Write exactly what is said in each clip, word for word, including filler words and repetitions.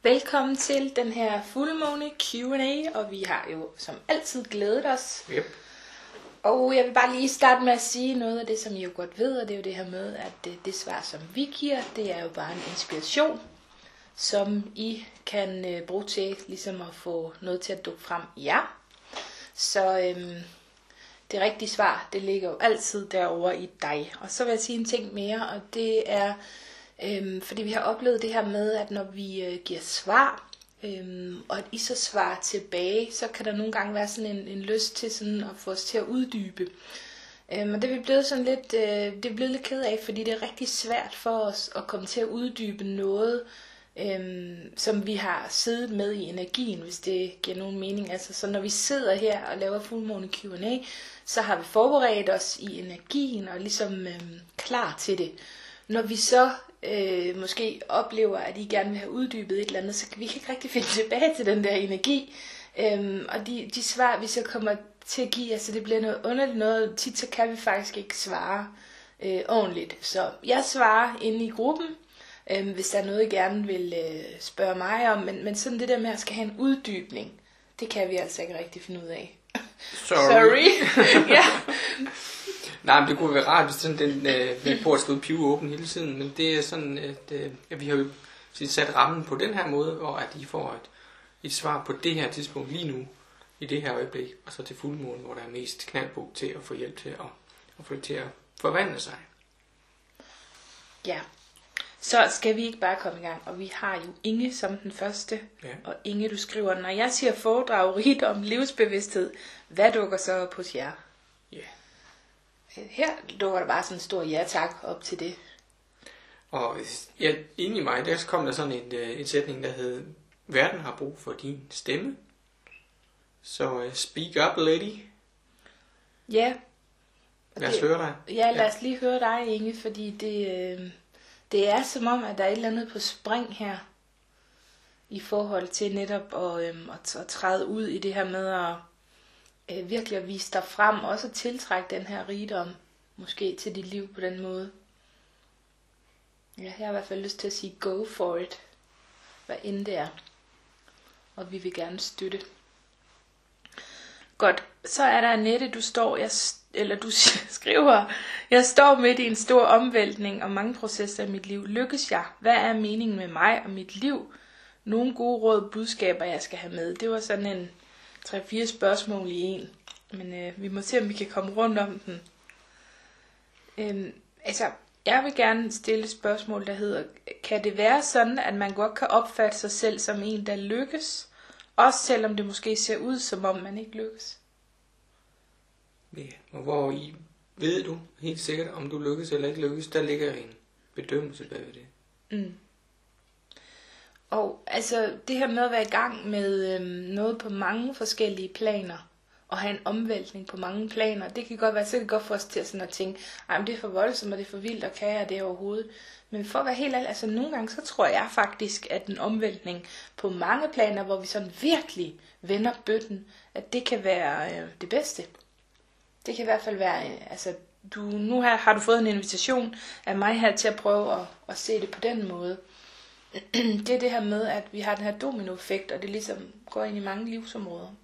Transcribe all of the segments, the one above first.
Velkommen til den her fuldmåne Q and A, og vi har jo som altid glædet os. Yep. Og jeg vil bare lige starte med at sige noget af det, som I jo godt ved, og det er jo det her med, at det, det svar, som vi giver, det er jo bare en inspiration, som I kan øh, bruge til ligesom at få noget til at dukke frem i jer. Så øhm, det rigtige svar, det ligger jo altid derovre i dig. Og så vil jeg sige en ting mere, og det er, øhm, fordi vi har oplevet det her med, at når vi øh, giver svar, øhm, og at I så svarer tilbage, så kan der nogle gange være sådan en, en lyst til sådan at få os til at uddybe. Øhm, og det er vi blevet sådan lidt, øh, det er blevet lidt ked af, fordi det er rigtig svært for os at komme til at uddybe noget, Øhm, som vi har siddet med i energien, hvis det giver nogen mening. Altså, så når vi sidder her og laver fuldmåne Q and A, så har vi forberedt os i energien og ligesom øhm, klar til det. Når vi så øh, måske oplever, at I gerne vil have uddybet et eller andet, så kan vi ikke rigtig finde tilbage til den der energi. Øhm, og de, de svar, vi så kommer til at give, altså det bliver noget underligt noget. Tit så kan vi faktisk ikke svare øh, ordentligt. Så jeg svarer inde i gruppen, Øhm, hvis der er noget, I gerne vil øh, spørge mig om, men, men sådan det der med at skal have en uddybning, det kan vi altså ikke rigtig finde ud af. Sorry. Sorry. Ja. Nej, men det kunne være rart, hvis sådan den øh, med på at skrive pive åben hele tiden, men det er sådan, at, øh, at vi har jo sat rammen på den her måde, og at I får et, et svar på det her tidspunkt lige nu, i det her øjeblik, og så til fuldmåne, hvor der er mest knald på til at få hjælp til at, at få det til at forvandle sig. Ja. Så skal vi ikke bare komme i gang, og vi har jo Inge som den første, Ja. Og Inge, du skriver, når jeg siger foredrag rigt om livsbevidsthed, hvad dukker så op hos jer? Ja. Her dukker der bare sådan en stor ja tak op til det. Og ja, inde i mig, der kom der sådan en, en sætning, der hed, verden har brug for din stemme. Så uh, speak up, lady. Ja. Lad os høre dig. Ja, lad os lige høre dig, Inge, fordi det... Øh, Det er som om, at der er et eller andet på spring her, i forhold til netop at, øhm, at, at træde ud i det her med at øh, virkelig at vise dig frem, og også at tiltrække den her rigdom, måske til dit liv på den måde. Ja, jeg har i hvert fald lyst til at sige go for it, hvad end det er. Og vi vil gerne støtte. Godt, så er der Annette, du står, jeg, eller du skriver, jeg står midt i en stor omvæltning og mange processer i mit liv. Lykkes jeg? Hvad er meningen med mig og mit liv? Nogle gode råd, budskaber, jeg skal have med. Det var sådan en tre fire spørgsmål i en. Men øh, vi må se, om vi kan komme rundt om den. Øhm, altså, jeg vil gerne stille et spørgsmål, der hedder, kan det være sådan, at man godt kan opfatte sig selv som en, der lykkes? Også selvom det måske ser ud, som om man ikke lykkes. Ja, og hvor I ved du helt sikkert, om du lykkes eller ikke lykkes, der ligger en bedømmelse bag det. Mm. Og altså det her med at være i gang med øhm, noget på mange forskellige planer, og have en omvæltning på mange planer, det kan godt være, så kan det godt få os til sådan at tænke, ej, men det er for voldsomt, og det er for vildt, og kan jeg det overhovedet? Men for at være helt ærlig, altså nogle gange, så tror jeg faktisk, at en omvæltning på mange planer, hvor vi sådan virkelig vender bøtten, at det kan være øh, det bedste. Det kan i hvert fald være, øh, altså du, nu her har du fået en invitation af mig her til at prøve at, at se det på den måde. Det er det her med, at vi har den her dominoeffekt, og det ligesom går ind i mange livsområder.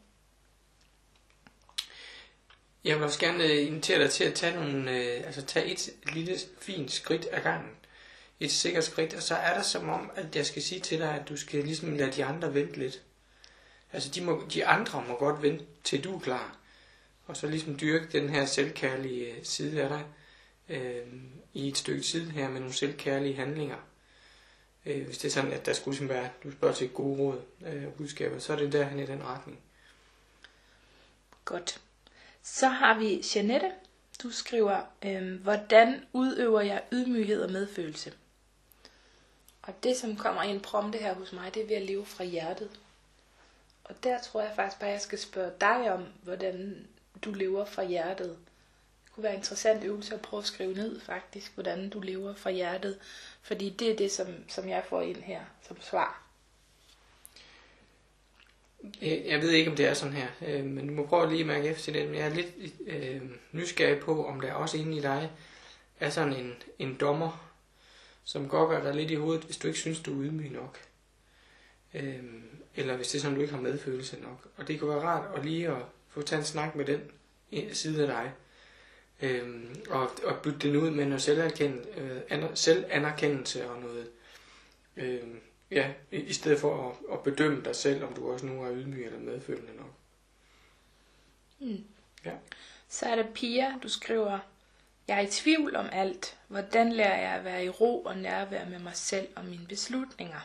Jeg vil også gerne øh, invitere dig til at tage, nogle, øh, altså tage et lille fint skridt ad gangen. Et sikkert skridt, og så er der som om, at jeg skal sige til dig, at du skal ligesom lade de andre vente lidt. Altså de, må, de andre må godt vente, til du er klar. Og så ligesom dyrke den her selvkærlige side af dig, øh, i et stykke tid her med nogle selvkærlige handlinger. Øh, hvis det er sådan, at der skulle ligesom være, du spørger til gode råd øh, og budskaber, så er det derhen i den retning. Godt. Så har vi Jeanette. Du skriver, øh, hvordan udøver jeg ydmyghed og medfølelse? Og det, som kommer ind prompte her hos mig, det er ved at leve fra hjertet. Og der tror jeg faktisk bare, at jeg skal spørge dig om, hvordan du lever fra hjertet. Det kunne være en interessant øvelse at prøve at skrive ned faktisk, hvordan du lever fra hjertet. Fordi det er det, som, som jeg får ind her som svar. Jeg ved ikke, om det er sådan her, men du må prøve lige at mærke efter det. Men jeg er lidt øh, nysgerrig på, om der også inde i dig er sådan en, en dommer, som gokker dig lidt i hovedet, hvis du ikke synes, du er ydmyg nok. Øhm, eller hvis det er sådan, du ikke har medfølelse nok. Og det kan være rart at lige at få taget en snak med den side af dig. Øhm, og, og bytte den ud med noget selvanerkendelse, øh, aner, selvanerkendelse og noget, øh, ja, i, i stedet for at, at bedømme dig selv, om du også nu er ydmyg eller medfølende nok. Mm. Ja. Så er der Pia, du skriver, jeg er i tvivl om alt. Hvordan lærer jeg at være i ro og nærvær med mig selv og mine beslutninger?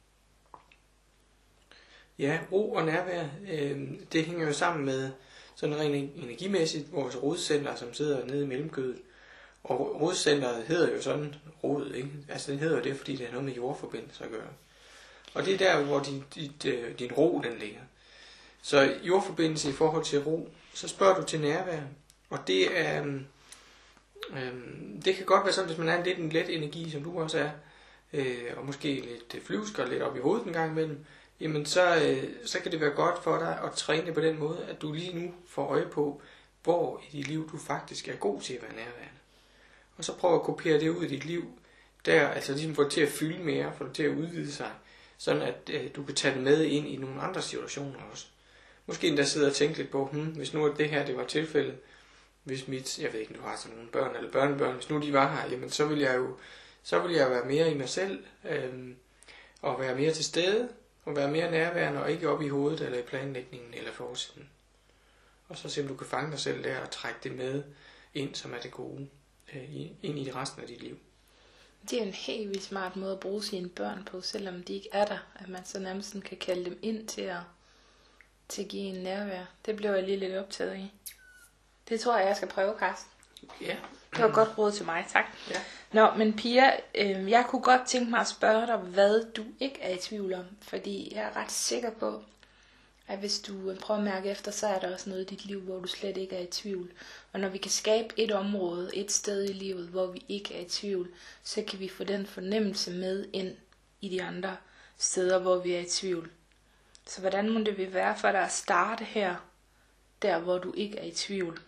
Ja, ro og nærvær, øh, det hænger jo sammen med sådan rent energimæssigt vores rodcenter, som sidder nede i mellemkødet. Og rodcenteret hedder jo sådan rod, ikke? Altså det hedder det, fordi det har noget med jordforbindelse at gøre. Og det er der, hvor din, din, din ro den ligger. Så jordforbindelse i forhold til ro, så spørger du til nærvær. Og det er, øhm, det kan godt være sådan, hvis man er en lidt en let energi, som du også er, øh, og måske lidt flyvsk og lidt op i hovedet en gang imellem, jamen så, øh, så kan det være godt for dig at træne på den måde, at du lige nu får øje på, hvor i dit liv du faktisk er god til at være nærværende. Og så prøv at kopiere det ud i dit liv, der altså ligesom få det til at fylde mere, få det til at udvide sig, sådan at øh, du kan tage det med ind i nogle andre situationer også. Måske endda sidde og tænke lidt på, hmm, hvis nu det her det var tilfældet, hvis mit, jeg ved ikke, du har sådan nogle børn eller børnebørn, hvis nu de var her, jamen så vil jeg jo, så vil jeg være mere i mig selv, øh, og være mere til stede, og være mere nærværende, og ikke op i hovedet, eller i planlægningen, eller forsiden. Og så se, om du kan fange dig selv der, og trække det med ind, som er det gode, øh, ind i resten af dit liv. Det er en helt vildt smart måde at bruge sine børn på, selvom de ikke er der, at man så nærmest kan kalde dem ind til at, til at give en nærvær. Det blev jeg lige lidt optaget i. Det tror jeg, jeg skal prøve, Karsten. Ja. Det var godt råd til mig, tak. Ja. Nå, men Pia, øh, jeg kunne godt tænke mig at spørge dig, hvad du ikke er i tvivl om. Fordi jeg er ret sikker på, at hvis du prøver at mærke efter, så er der også noget i dit liv, hvor du slet ikke er i tvivl. Og når vi kan skabe et område, et sted i livet, hvor vi ikke er i tvivl, så kan vi få den fornemmelse med ind i de andre steder, hvor vi er i tvivl. Så hvordan må det vil være for dig at starte her, der hvor du ikke er i tvivl?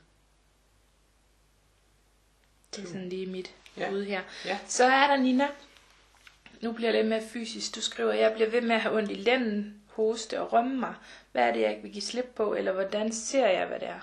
Det er sådan lige mit ja. ude her. Ja. Så er der Nina. Nu bliver det lidt mere fysisk. Du skriver, jeg bliver ved med at have ondt i lænden, hoste og rømme mig. Hvad er det, jeg ikke vil give slip på? Eller hvordan ser jeg, hvad det er?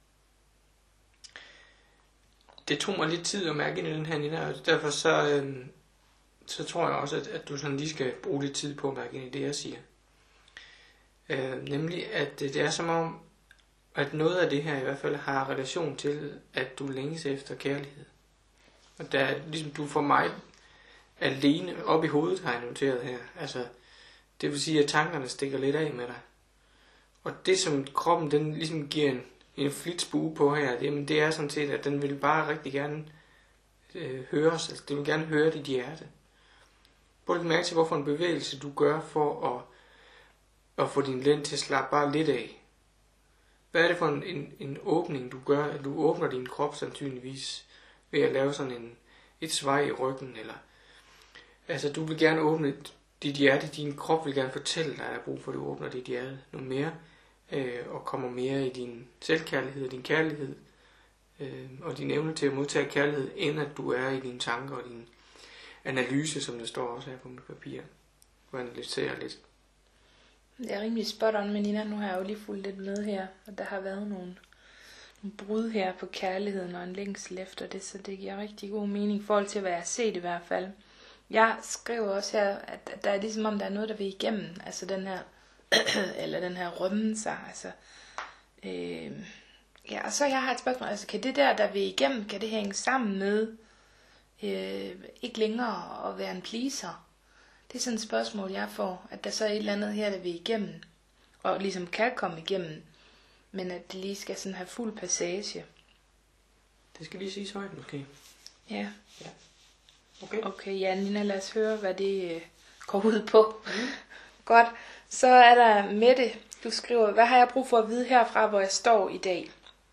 Det tog mig lidt tid at mærke ind i den her, Nina, og derfor så, øh, så tror jeg også, at, at du sådan lige skal bruge lidt tid på at mærke ind i det, jeg siger. Øh, nemlig, at det er som om, at noget af det her i hvert fald har relation til, at du længes efter kærlighed. Og der er ligesom, du får mig alene op i hovedet, har jeg noteret her. Altså, det vil sige, at tankerne stikker lidt af med dig. Og det, som kroppen den ligesom giver en, en flitsbue på her, det, det er sådan set, at den vil bare rigtig gerne øh, høres. Altså, den vil gerne høre dit hjerte. Prøv at mærke til, hvorfor en bevægelse du gør for at, at få din lænd til at slappe bare lidt af. Hvad er det for en, en, en åbning, du gør? At du åbner din krop sandsynligvis ved at lave sådan en, et svej i ryggen. Eller, altså, du vil gerne åbne dit hjerte. Din krop vil gerne fortælle dig, at der er brug for, at du åbner dit hjerte noget mere. Øh, og kommer mere i din selvkærlighed, din kærlighed. Øh, og din evne til at modtage kærlighed, end at du er i dine tanker og din analyse, som der står også her på mit papir. Du analyserer lidt. Det er rimelig spot on, men Nina, nu har jeg jo lige fulgt lidt med her, og der har været nogle, nogle brud her på kærligheden og en længsel efter det, så det giver rigtig god mening i forhold til, hvad jeg har set i hvert fald. Jeg skriver også her, at der er ligesom om, der er noget, der vil igennem, altså den her, eller den her rømme sig, altså, øh, ja, og så jeg har et spørgsmål, altså kan det der, der vil igennem, kan det hænge sammen med, øh, ikke længere at være en pleaser? Det er sådan et spørgsmål, jeg får, at der så er et eller andet her, der vil igennem, og ligesom kan komme igennem, men at det lige skal sådan have fuld passage. Det skal lige siges højt måske. Ja. Ja. Okay. Okay, ja, Nina, lad os høre, hvad det øh, går ud på. Mm. Godt. Så er der Mette, du skriver, hvad har jeg brug for at vide herfra, hvor jeg står i dag?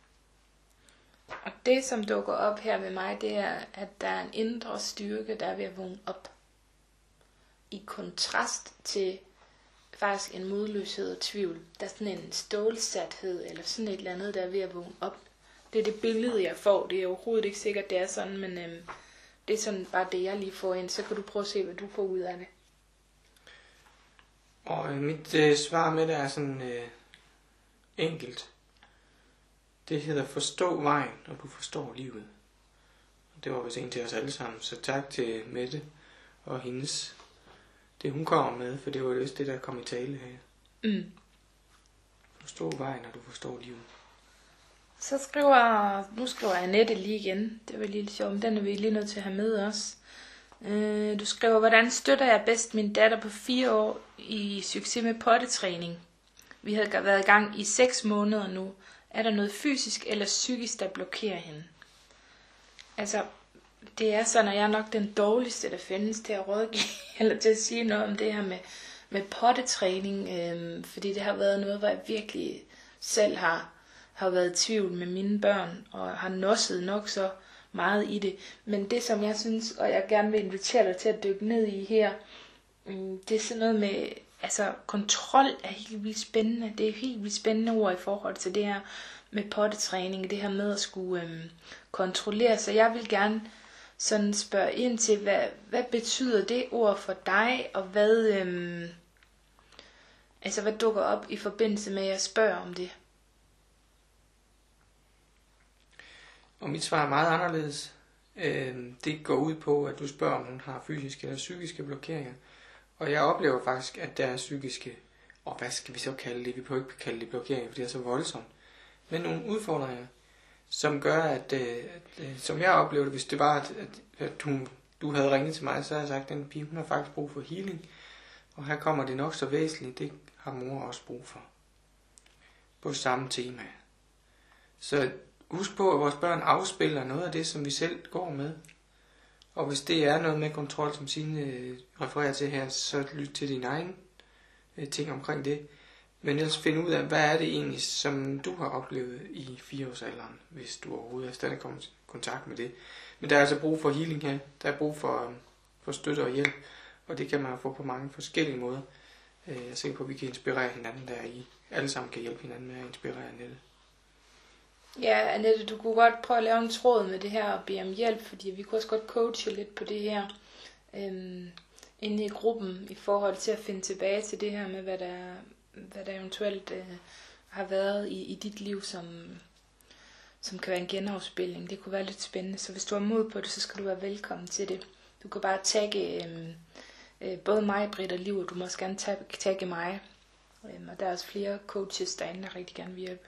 Og det, som dukker op her ved mig, det er, at der er en indre styrke, der er ved at vågne op. I kontrast til faktisk en modløshed og tvivl. Der er sådan en stålsathed, eller sådan et eller andet, der er ved at vågne op. Det er det billede, jeg får. Det er overhovedet ikke sikkert, det er sådan, men øhm, det er sådan bare det, jeg lige får ind. Så kan du prøve at se, hvad du får ud af det. Og øh, mit øh, svar med det er sådan øh, enkelt. Det hedder forstå vejen, og du forstår livet. Og det var vist en til os alle sammen. Så tak til Mette og hendes, det hun kommer med, for det var vist det, der kom i tale her. Mm. Forstå vejen, og du forstår livet. Så skriver, nu skriver Annette lige igen. Det var lige lidt sjovt, men den er vi lige nødt til at have med også. Øh, du skriver, hvordan støtter jeg bedst min datter på fire år i succes med pottetræning? Vi har været i gang i seks måneder nu. Er der noget fysisk eller psykisk, der blokerer hende? Altså, det er sådan, at jeg er nok den dårligste, der findes til at rådgive, eller til at sige noget om det her med, med pottetræning. Øh, fordi det har været noget, hvor jeg virkelig selv har, har været i tvivl med mine børn, og har nosset nok så meget i det. Men det, som jeg synes, og jeg gerne vil invitere dig til at dykke ned i her, det er sådan noget med, altså kontrol er helt vildt spændende. Det er helt vildt spændende ord i forhold til det her med pottetræning, det her med at skulle øhm, kontrollere. Så jeg vil gerne sådan spørge ind til, hvad, hvad betyder det ord for dig, og hvad, øhm, altså hvad dukker op i forbindelse med, at jeg spørger om det? Og mit svar er meget anderledes. Øh, det går ud på, at du spørger, om hun har fysiske eller psykiske blokeringer. Og jeg oplever faktisk, at der er psykiske, og hvad skal vi så kalde det? Vi kan jo ikke kalde det blokeringer, for det er så voldsomt. Men nogle udfordringer, som gør, at, at, at som jeg oplevede det, hvis det var, at, at, at hun, du havde ringet til mig, så havde jeg sagt, at den pige, hun har faktisk brug for healing. Og her kommer det nok så væsentligt, det har mor også brug for. På samme tema. Så husk på, at vores børn afspiller noget af det, som vi selv går med. Og hvis det er noget med kontrol, som Signe øh, refererer til her, så lyt til dine egne øh, ting omkring det. Men ellers finde ud af, hvad er det egentlig, som du har oplevet i fireårsalderen, hvis du overhovedet er stadig kommet i kontakt med det. Men der er altså brug for healing her. Der er brug for, øh, for støtte og hjælp, og det kan man få på mange forskellige måder. Øh, jeg er sikker på, at vi kan inspirere hinanden der i. Alle sammen kan hjælpe hinanden med at inspirere Annette. Ja, Annette, du kunne godt prøve at lave en tråd med det her og bede om hjælp, fordi vi kunne også godt coache lidt på det her øhm, inde i gruppen i forhold til at finde tilbage til det her med, hvad der, hvad der eventuelt øh, har været i, i dit liv, som, som kan være en genafspilning. Det kunne være lidt spændende, så hvis du har mod på det, så skal du være velkommen til det. Du kan bare tagge øh, øh, både mig, Britt og Liv, og du må også gerne tagge, tagge mig. Øh, og der er også flere coaches derinde, der rigtig gerne vil hjælpe.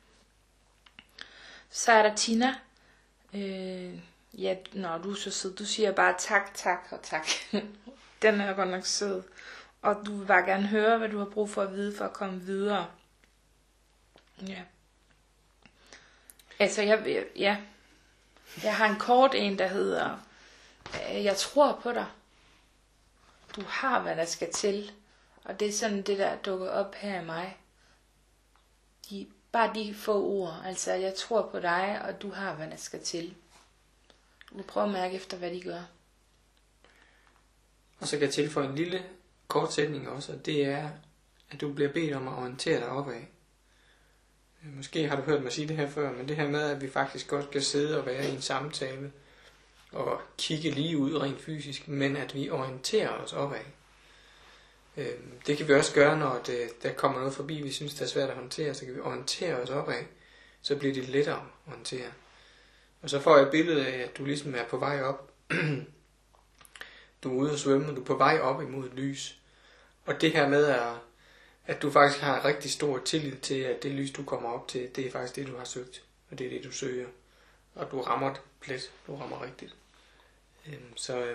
Så er der Tina. Øh, ja, når du er så sød. Du siger bare tak, tak og tak. Den er godt nok sød. Og du vil bare gerne høre, hvad du har brug for at vide, for at komme videre. Ja. Altså, jeg, ja. Jeg har en kort en, der hedder, jeg tror på dig. Du har, hvad der skal til. Og det er sådan det, der dukker op her i mig. De Bare de få ord, altså jeg tror på dig, og du har, hvad der skal til. Du prøver at mærke efter, hvad de gør. Og så kan jeg tilføje en lille kort sætning også, og det er, at du bliver bedt om at orientere dig opad. Måske har du hørt mig sige det her før, men det her med, at vi faktisk godt kan sidde og være i en samtale, og kigge lige ud rent fysisk, men at vi orienterer os opad. Det kan vi også gøre, når det, der kommer noget forbi, vi synes, det er svært at håndtere, så kan vi orientere os opad, så bliver det lettere at håndtere. Og så får jeg et billede af, at du ligesom er på vej op. Du er ude at svømme, og du er på vej op imod et lys. Og det her med, at, at du faktisk har rigtig stor tillid til, at det lys, du kommer op til, det er faktisk det, du har søgt, og det er det, du søger. Og du rammer det plet, du rammer rigtigt. Så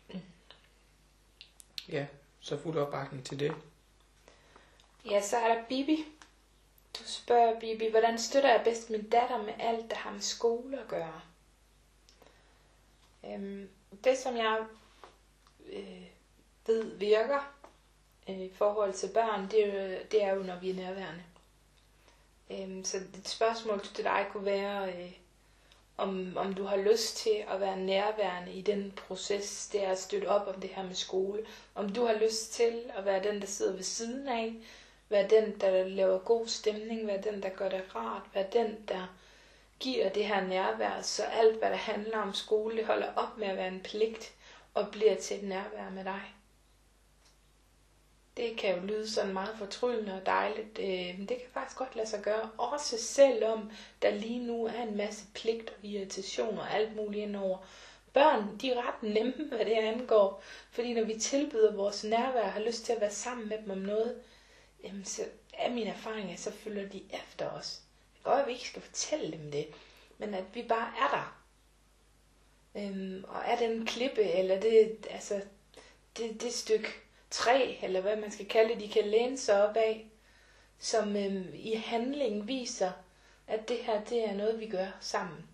ja, så fuld opbakning til det. Ja, så er der Bibi. Du spørger Bibi, hvordan støtter jeg bedst min datter med alt, der har med skole at gøre? Øhm, det, som jeg øh, ved virker øh, i forhold til børn, det er, jo, det er jo, når vi er nærværende. Øhm, så et spørgsmål til dig kunne være, øh, om, om du har lyst til at være nærværende i den proces, det er at støtte op om det her med skole. Om du har lyst til at være den, der sidder ved siden af, være den, der laver god stemning, være den, der gør det rart, være den, der giver det her nærvær, så alt, hvad der handler om skole, det holder op med at være en pligt, og bliver til et nærvær med dig. Det kan jo lyde sådan meget fortryllende og dejligt, øh, men det kan faktisk godt lade sig gøre, også selvom der lige nu er en masse pligt og irritation og alt muligt indover. Børn, de er ret nemme, hvad det angår, fordi når vi tilbyder vores nærvær og har lyst til at være sammen med dem om noget, jamen så er min erfaring, så følger de efter os. Det går jo, at vi ikke skal fortælle dem det, men at vi bare er der. Øhm, og er den klippe, eller det, altså, det, det stykke træ, eller hvad man skal kalde det, de kan læne sig op af, som øhm, i handling viser, at det her, det er noget, vi gør sammen.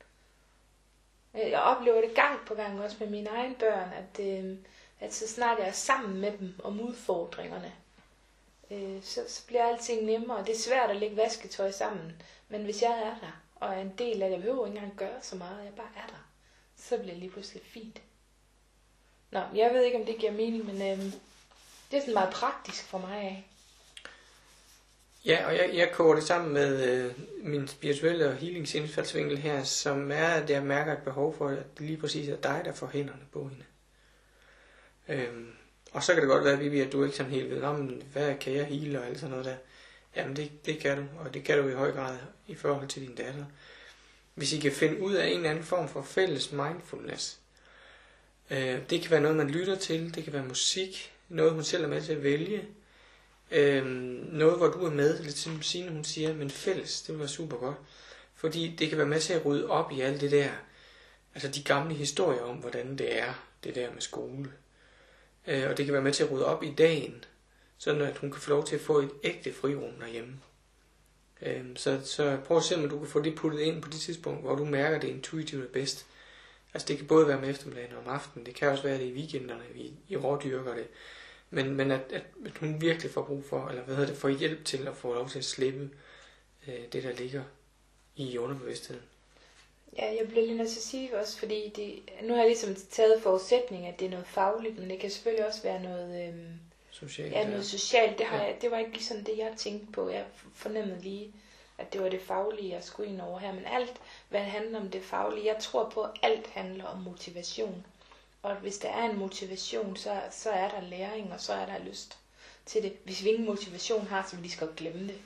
Jeg oplever det gang på gang også med mine egne børn, at, øh, at så snart jeg er sammen med dem om udfordringerne, øh, så, så bliver alting nemmere. Det er svært at lægge vasketøj sammen, men hvis jeg er der, og er en del af det, jeg behøver ikke engang gøre så meget, jeg bare er der, så bliver det lige pludselig fint. Nå, jeg ved ikke, om det giver mening, men øh, det er sådan meget praktisk for mig af. Ja, og jeg, jeg koger det sammen med øh, min spirituelle og healingsindfaldsvinkel her, som er, at jeg mærker et behov for, at det lige præcis er dig, der får hænderne på hende. Øhm, og så kan det godt være, Vivi, at du ikke sådan helt ved, om hvad kan jeg heale og alt sådan noget der. Jamen det, det kan du, og det kan du i høj grad i forhold til din datter. Hvis I kan finde ud af en eller anden form for fælles mindfulness. Øh, det kan være noget, man lytter til, det kan være musik, noget hun selv er med til at vælge. Øhm, noget hvor du er med, lidt som Signe hun siger, men fælles, det vil være super godt, fordi det kan være med til at rydde op i alt det der, altså de gamle historier om hvordan det er, det der med skole, øh, og det kan være med til at rydde op i dagen, sådan at hun kan få lov til at få et ægte frirum derhjemme. øhm, så, så prøv at se om du kan få det puttet ind på det tidspunkt hvor du mærker det intuitivt er bedst. Altså det kan både være med eftermiddagen og om aftenen, det kan også være det i weekenderne, vi i rådyrker det. Men, men at, at, at hun virkelig får brug for, eller hvad hedder det, får hjælp til at få lov til at slippe øh, det, der ligger i underbevidstheden. Ja, jeg bliver lige nødt til at sige også, fordi det, nu har jeg ligesom taget forudsætning, at det er noget fagligt, men det kan selvfølgelig også være noget, øh, socialt, ja, noget socialt. Det, har ja. jeg, det var ikke lige sådan det, jeg tænkte på. Jeg fornemmede lige, at det var det faglige, jeg skulle ind over her. Men alt, hvad handler om det faglige, jeg tror på, at alt handler om motivation. Og hvis der er en motivation, så, så er der læring, og så er der lyst til det. Hvis vi ingen motivation har, så vil de skal glemme det.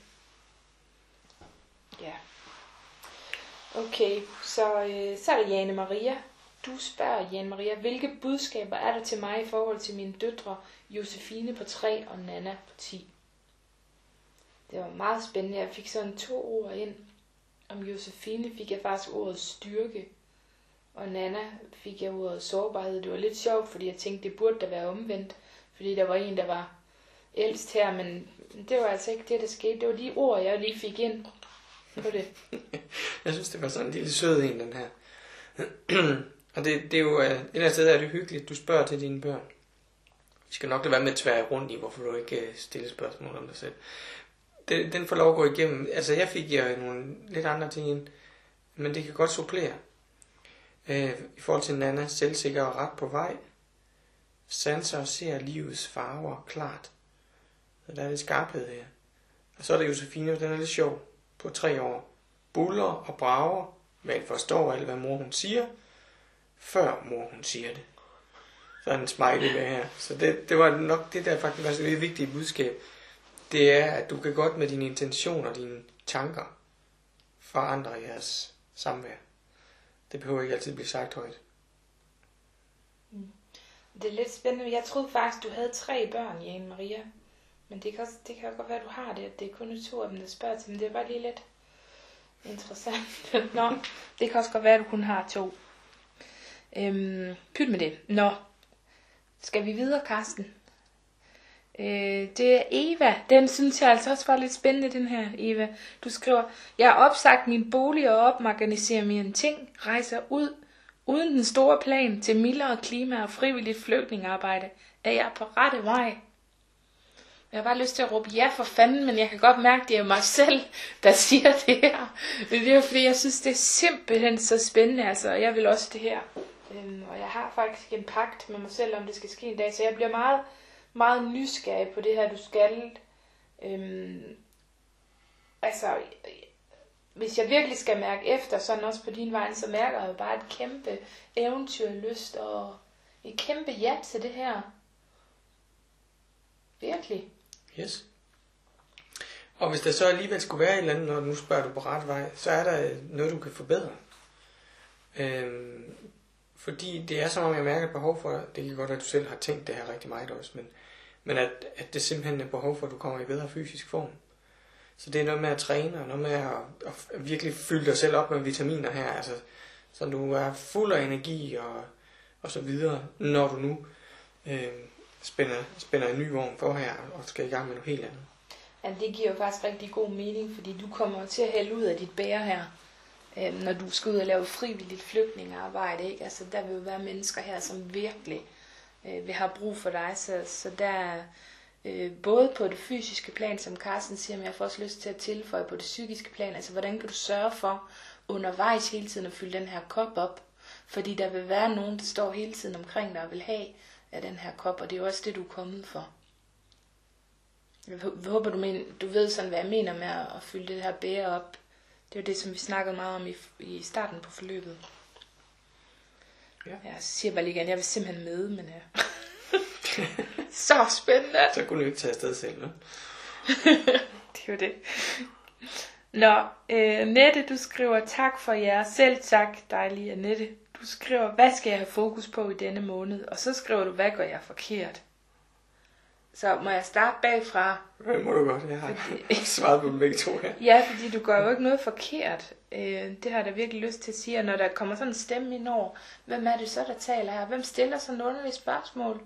Ja. Okay, så, øh, så er det Jane Maria. Du spørger, Jane Maria, hvilke budskaber er der til mig i forhold til mine døtre, Josefine på tre og Nana på ti? Det var meget spændende. Jeg fik sådan to ord ind. Om Josefine fik jeg faktisk ordet styrke. Og Nana fik jeg ordet sårbarhed. Det var lidt sjovt, fordi jeg tænkte, det burde da være omvendt. Fordi der var en, der var ældst her, men det var altså ikke det, der skete. Det var de ord, jeg lige fik ind på det. Jeg synes, det var sådan en lille sød en, den her. Og det, det er jo, et eller andet sted er det hyggeligt, at du spørger til dine børn. Vi skal nok da være med at tvære rundt i, hvorfor du ikke stiller spørgsmål om dig selv. Den, den får lov at gå igennem. Altså, jeg fik jo nogle lidt andre ting ind, men det kan godt supplere. Øh, I forhold til Nana, selvsikker og ret på vej, sanser og ser livets farver klart. Så der er lidt skarphed her. Og så er der Josefine, den er lidt sjov, på tre år. Buller og brager, men forstår alt, hvad mor hun siger, før mor hun siger det. Så er en smiley med her. Så det, det var nok det, der faktisk var så et vigtigt budskab. Det er, at du kan godt med dine intentioner og dine tanker forandre jeres samvær. Det behøver ikke altid blive sagt højt. Mm. Det er lidt spændende. Jeg troede faktisk, du havde tre børn, Jane Maria. Men det kan, også, det kan godt være, at du har det. At det er kun to af dem, der spørger til. Men det er bare lige lidt interessant. Nå, det kan også godt være, at du kun har to. Øhm, pyt med det. Nå, skal vi videre, Karsten? Øh, det er Eva. Den synes jeg altså også var lidt spændende, den her, Eva. Du skriver, jeg har opsagt min bolig og opmagasinerer mine ting, rejser ud, uden den store plan til mildere klima og frivilligt flygtningearbejde. Er jeg på rette vej? Jeg har bare lyst til at råbe ja for fanden, men jeg kan godt mærke, at det er mig selv, der siger det her. Det er fordi, jeg synes, det er simpelthen så spændende. Altså, jeg vil også det her. Øhm, og jeg har faktisk en pagt med mig selv, om det skal ske en dag. Så jeg bliver meget, meget nysgerrig på det her, du skal. Øhm, altså, hvis jeg virkelig skal mærke efter, sådan også på din vej, så mærker jeg jo bare et kæmpe eventyrlyst og et kæmpe ja til det her. Virkelig. virkelig. Yes. Og hvis der så alligevel skulle være et eller andet, når du nu spørger du på ret vej, så er der noget, du kan forbedre. Øhm, fordi det er som om, jeg mærker et behov for, det kan godt være, at du selv har tænkt det her rigtig meget også, men, men at, at det simpelthen er behov for, at du kommer i bedre fysisk form. Så det er noget med at træne, og noget med at, at virkelig fylde dig selv op med vitaminer her, altså, så du er fuld af energi og, og så videre, når du nu øh, spænder, spænder en ny vogn for her, og skal i gang med noget helt andet. Ja, det giver jo faktisk rigtig god mening, fordi du kommer til at hælde ud af dit bære her, øh, når du skal ud og lave frivilligt flygtningearbejde, ikke? Altså, der vil jo være mennesker her, som virkelig øh, vil have brug for dig, så, så der øh, både på det fysiske plan, som Carsten siger, men jeg får også lyst til at tilføje på det psykiske plan, altså hvordan kan du sørge for undervejs hele tiden at fylde den her kop op, fordi der vil være nogen, der står hele tiden omkring dig og vil have af den her kop, og det er jo også det, du er kommet for. Jeg håber, du, men, du ved sådan, hvad jeg mener med at fylde det her bære op. Det er jo det, som vi snakkede meget om i, i starten på forløbet. Ja. Jeg siger bare lige igen, jeg vil simpelthen med, men ja. Så spændende. Så kunne du ikke tage afsted selv, ne? Det er jo det. Nå, øh, Nette, du skriver tak for jer. Selv tak, dejlige Annette. Du skriver, hvad skal jeg have fokus på i denne måned? Og så skriver du, hvad gør jeg forkert? Så må jeg starte bagfra? Det må du godt, jeg har fordi... svaret på dem begge to her. Ja, fordi du gør jo ikke noget forkert. Øh, det har jeg da virkelig lyst til at sige. Og når der kommer sådan en stemme ind over, hvem er det så, der taler her? Hvem stiller sådan et underligt spørgsmål?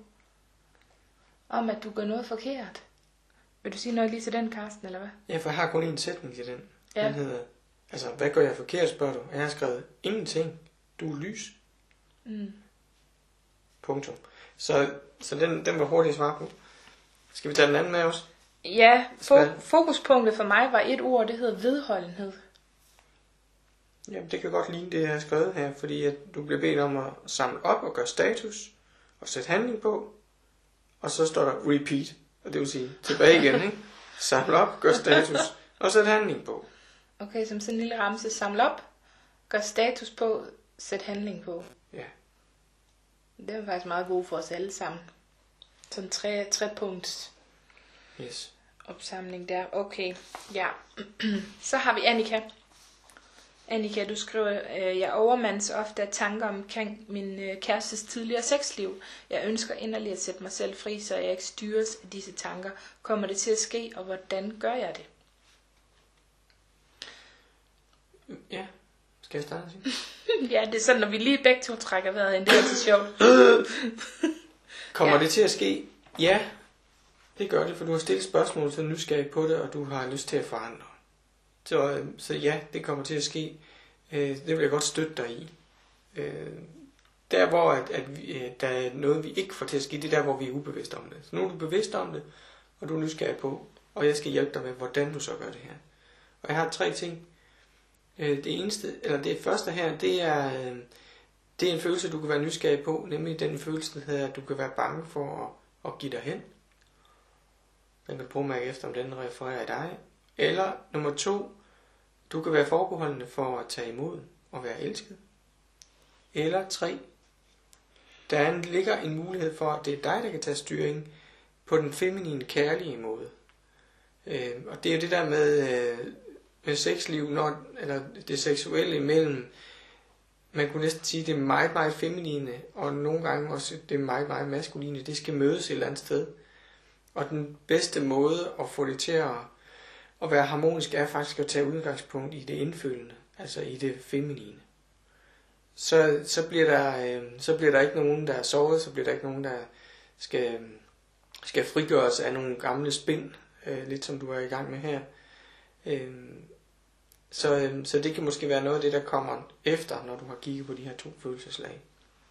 Om at du gør noget forkert? Vil du sige noget lige til den, Carsten, eller hvad? Ja, for jeg har kun en sætning til den. Ja. Den hedder, altså, hvad gør jeg forkert, spørger du? Jeg har skrevet, ingenting. Du er lys. Mm. Punktum. Så, så den, den var hurtigt at svare på. Skal vi tage den anden med os? Ja, fo- fokuspunktet for mig var et ord, det hedder vedholdenhed. Jamen, det kan godt ligne det, jeg har skrevet her, fordi at du bliver bedt om at samle op og gøre status, og sætte handling på, og så står der repeat, og det vil sige tilbage igen, ikke? Samle op, gør status, og sæt handling på. Okay, som sådan en lille ramse. Samle op, gør status på, sæt handling på. Ja. Det er faktisk meget god for os alle sammen. Sådan tre, tre punkts yes. opsamling der. Okay, ja. Så har vi Annika. Annika, du skriver, øh, jeg overmandes ofte af tanker omkring min øh, kærestes tidligere sexliv. Jeg ønsker inderligt at sætte mig selv fri, så jeg ikke styres af disse tanker. Kommer det til at ske, og hvordan gør jeg det? Ja, skal jeg starte? Ja, det er sådan, når vi lige begge to trækker vejret ind, det er så sjovt. Kommer ja. det til at ske? Ja, det gør det, for du har stillet spørgsmål, så er nysgerrig på det, og du har lyst til at forandre. Så, så ja, det kommer til at ske. Det vil jeg godt støtte dig i. Der hvor at, at vi, der er noget, vi ikke får til at ske, det er der, hvor vi er ubevidste om det. Så nu er du bevidst om det, og du er nysgerrig på, og jeg skal hjælpe dig med, hvordan du så gør det her. Og jeg har tre ting. Det eneste, eller det første her, det er, det er en følelse, du kan være nysgerrig på, nemlig den følelse, der hedder, at du kan være bange for at, at give dig hen. Den kan du prøve at mærke efter, om den refererer i dig. Eller nummer to, du kan være forbeholdende for at tage imod og være elsket. Eller tre, der er en, ligger en mulighed for, at det er dig, der kan tage styring på den feminine, kærlige måde. Øh, og det er det der med, øh, med sexliv, når, eller det seksuelle imellem. Man kunne næsten sige, at det er meget, meget feminine, og nogle gange også det er meget, meget maskuline. Det skal mødes et eller andet sted. Og den bedste måde at få det til at At være harmonisk er faktisk at tage udgangspunkt i det indfølende, altså i det feminine. Så, så, bliver der, øh, så bliver der ikke nogen, der er såret, så bliver der ikke nogen, der skal, skal frigøres af nogle gamle spind, øh, lidt som du er i gang med her. Øh, så, øh, så det kan måske være noget af det, der kommer efter, når du har kigget på de her to følelseslag.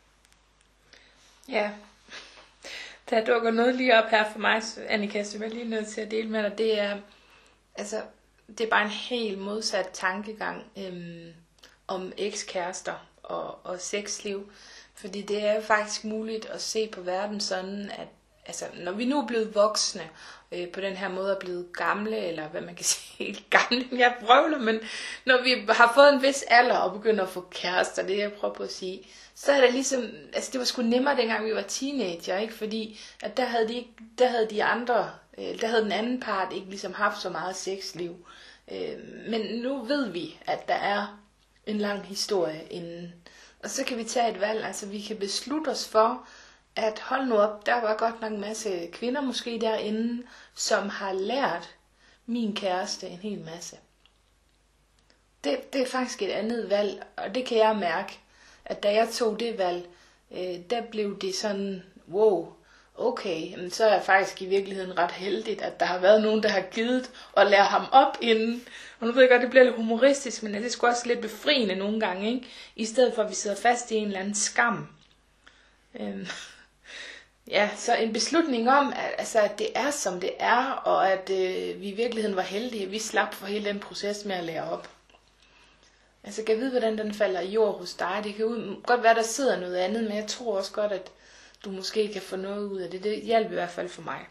Ja, der dukker noget lige op her for mig, Annika, som jeg er lige nødt til at dele med dig. Det er, altså, det er bare en helt modsat tankegang øhm, om ekskærester og, og sexliv. Fordi det er faktisk muligt at se på verden sådan, at, altså når vi nu er blevet voksne, øh, på den her måde er blevet gamle, eller hvad man kan sige, helt gamle, jeg vrøvler, men når vi har fået en vis alder og begynder at få kærester, det jeg prøver på at sige, så er det ligesom, altså det var sgu nemmere dengang vi var teenager, ikke? Fordi at der havde de, ikke, der havde de andre, øh, der havde den anden part ikke ligesom haft så meget sexliv. Øh, men nu ved vi, at der er en lang historie inden. Og så kan vi tage et valg, altså vi kan beslutte os for, at hold nu op, der var godt nok en masse kvinder måske derinde, som har lært min kæreste en hel masse. Det, det er faktisk et andet valg, og det kan jeg mærke, at da jeg tog det valg, øh, der blev det sådan, wow, okay, men så er jeg faktisk i virkeligheden ret heldigt, at der har været nogen, der har givet at lære ham op inden. Og nu ved jeg godt, det bliver lidt humoristisk, men det er sgu også lidt befriende nogle gange, ikke? I stedet for, at vi sidder fast i en eller anden skam. Øhm. Ja, så en beslutning om, at, altså, at det er, som det er, og at øh, vi i virkeligheden var heldige, at vi slap for hele den proces med at lære op. Altså, kan jeg vide, hvordan den falder i jord hos dig? Det kan jo godt være, der sidder noget andet, men jeg tror også godt, at du måske kan få noget ud af det. Det hjælper i hvert fald for mig.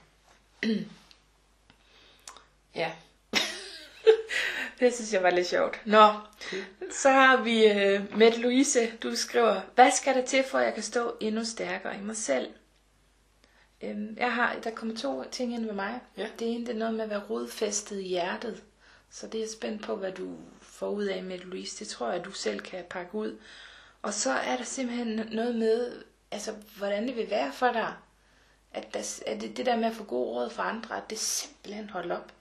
Ja. Det synes jeg var lidt sjovt. Nå, så har vi øh, Mette Louise. Du skriver, hvad skal der til, for at jeg kan stå endnu stærkere i mig selv? Øhm, jeg har, der kommer to ting ind ved mig. Ja. Det ene, det er noget med at være rodfæstet i hjertet. Så det er jeg spændt på, hvad du får ud af, Mette Louise. Det tror jeg, at du selv kan pakke ud. Og så er der simpelthen noget med, altså, hvordan det vil være for dig. At, der, at det, det der med at få god råd fra andre, at det simpelthen holder op.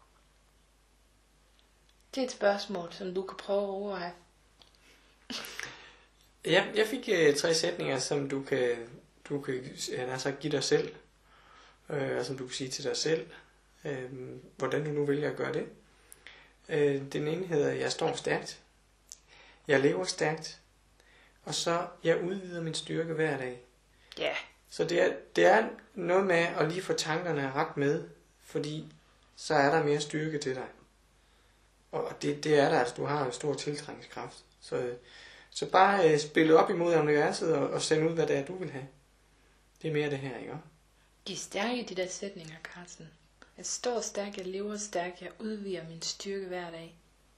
Det er et spørgsmål, som du kan prøve at overveje. Ja, jeg fik øh, tre sætninger, som du kan, du kan altså, give dig selv, øh, og som du kan sige til dig selv, øh, hvordan du nu vælger at gøre det. Øh, den ene hedder, jeg står stærkt, jeg lever stærkt, og så jeg udvider min styrke hver dag. Ja. Yeah. Så det er, det er noget med at lige få tankerne ret med, fordi så er der mere styrke til dig. Og det, det er der, altså du har en stor tiltrækningskraft. Så, så bare øh, spille op imod universet og, og sende ud, hvad det er, du vil have. Det er mere det her, ikke? De er stærke, de der sætninger, Carsten. Jeg står stærk, jeg lever stærk, jeg udvider min styrke hver dag.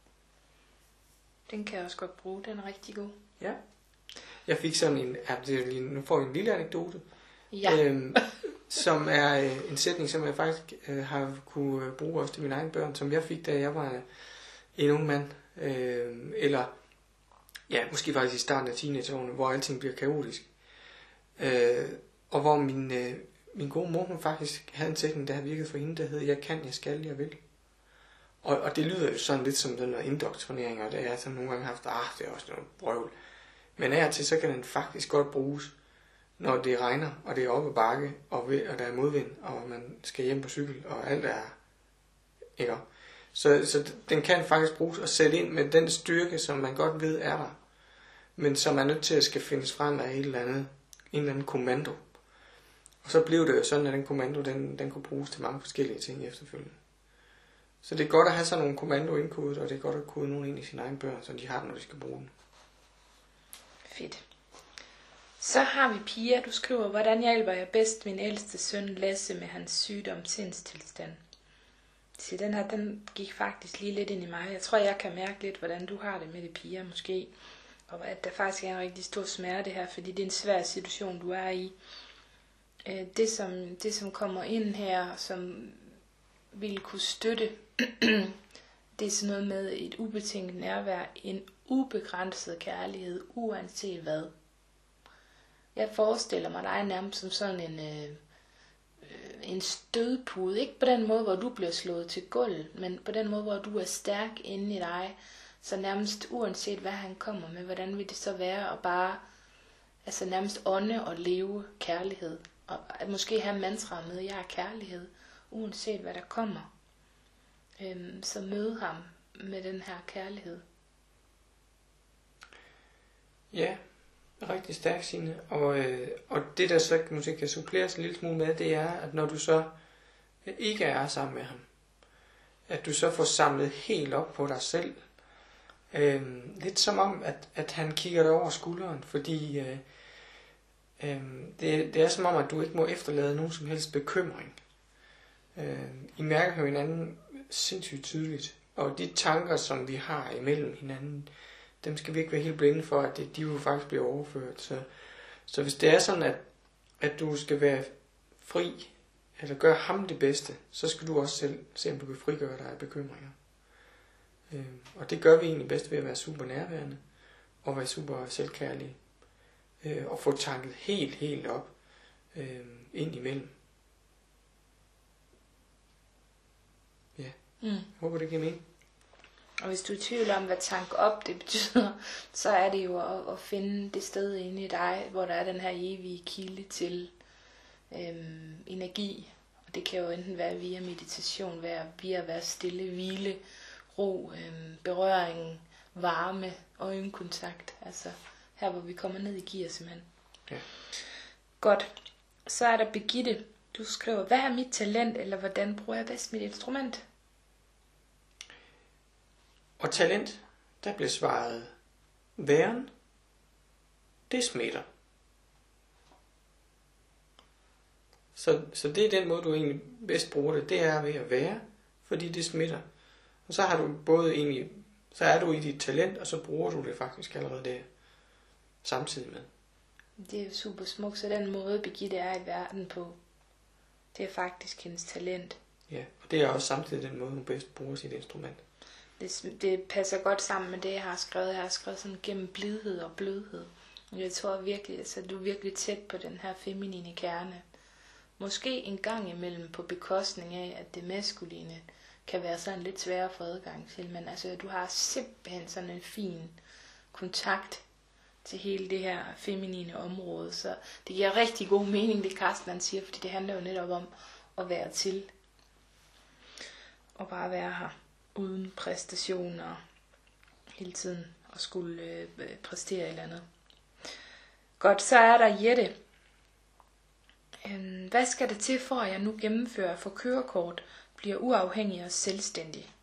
Den kan jeg også godt bruge, den er rigtig god. Ja. Jeg fik sådan en, ja, det, nu får jeg en lille anekdote, ja. øhm, som er øh, en sætning, som jeg faktisk øh, har kunne øh, bruge også til mine egne børn, som jeg fik, da jeg var øh, en ung mand, øh, eller ja, måske faktisk i starten af teenageårene, hvor alting bliver kaotisk. Øh, og hvor min, øh, min gode mor, hun faktisk havde en sætning, der har virket for hende, der hed, jeg kan, jeg skal, jeg vil. Og, og det lyder jo sådan lidt som den der indoktrinering, og det har jeg sådan nogle gange haft, ah, det er også noget brøvl. Men af og til, så kan den faktisk godt bruges, når det regner, og det er oppe ad bakke, og, ved, og der er modvind, og man skal hjem på cykel, og alt er, ikke? Så, så den kan faktisk bruges at sætte ind med den styrke, som man godt ved er der, men som er nødt til at skal findes frem af et eller andet, en eller anden kommando. Og så blev det jo sådan, at den kommando, den, den kunne bruges til mange forskellige ting efterfølgende. Så det er godt at have sådan nogle kommando indkodet, og det er godt at kode nogen ind i sine egne bøger, så de har den, når de skal bruge den. Fedt. Så har vi Pia, du skriver, hvordan hjælper jeg bedst min ældste søn Lasse med hans sygdom sindstilstand? Så den her, den gik faktisk lige lidt ind i mig. Jeg tror, jeg kan mærke lidt, hvordan du har det med det, Pia, måske. Og at der faktisk er en rigtig stor smerte her, fordi det er en svær situation, du er i. Det som, det, som kommer ind her, som vil kunne støtte, det er sådan noget med et ubetinget nærvær, en ubegrænset kærlighed, uanset hvad. Jeg forestiller mig dig nærmest som sådan en, øh, en stødpude. Ikke på den måde, hvor du bliver slået til gulv, men på den måde, hvor du er stærk inde i dig. Så nærmest uanset hvad han kommer med, hvordan vil det så være at bare altså nærmest ånde og leve kærlighed. Og at måske have mantra med, jeg er kærlighed, uanset hvad der kommer. Øhm, så møde ham med den her kærlighed. Ja, rigtig stærkt, Signe. Og, øh, og det der så måske kan suppleres en lille smule med, det er, at når du så ikke er sammen med ham, at du så får samlet helt op på dig selv. Øh, lidt som om, at, at han kigger dig over skulderen, fordi øh, Øhm, det, det er som om, at du ikke må efterlade nogen som helst bekymring. Øhm, I mærker jo hinanden sindssygt tydeligt. Og de tanker, som vi har imellem hinanden, dem skal vi ikke være helt blinde for, at det, de jo faktisk bliver overført. Så, så hvis det er sådan, at, at du skal være fri, eller gøre ham det bedste, så skal du også selv se, om du kan frigøre dig af bekymringer. Øhm, og det gør vi egentlig bedst ved at være super nærværende, og være super selvkærlige, øh, og få tanket helt, helt op øh, ind imellem. Ja, mm. Jeg håber det giver mening. Og hvis du er i tvivl om, hvad tanke op det betyder, så er det jo at, at finde det sted inde i dig, hvor der er den her evige kilde til øhm, energi. Og det kan jo enten være via meditation, være via at være stille, hvile, ro, øhm, berøring, varme, øjenkontakt. Altså her, hvor vi kommer ned i gear simpelthen. Ja. Godt. Så er der Birgitte. Du skriver, hvad er mit talent, eller hvordan bruger jeg bedst mit instrument? Og talent, der bliver svaret, væren, det smitter. Så, så det er den måde, du egentlig bedst bruger det, det er ved at være, fordi det smitter. Og så har du både egentlig, så er du i dit talent, og så bruger du det faktisk allerede der, samtidig med. Det er jo super smukt, så den måde Birgitte er i verden på, det er faktisk hendes talent. Ja, og det er også samtidig den måde, hun bedst bruger sit instrument. Det, det passer godt sammen med det, jeg har skrevet. Jeg har skrevet sådan gennem blidhed og blødhed. Jeg tror virkelig, altså, du er virkelig tæt på den her feminine kerne. Måske en gang imellem på bekostning af, at det maskuline kan være sådan lidt sværere at få adgang til. Men altså, du har simpelthen sådan en fin kontakt til hele det her feminine område. Så det giver rigtig god mening, det Carsten han siger, fordi det handler jo netop om at være til. Og bare være her. Uden præstationer hele tiden og skulle øh, præstere et eller andet. Godt, så er der Jette. Øhm, hvad skal det til for, at jeg nu gennemfører for kørekort, bliver uafhængig og selvstændig?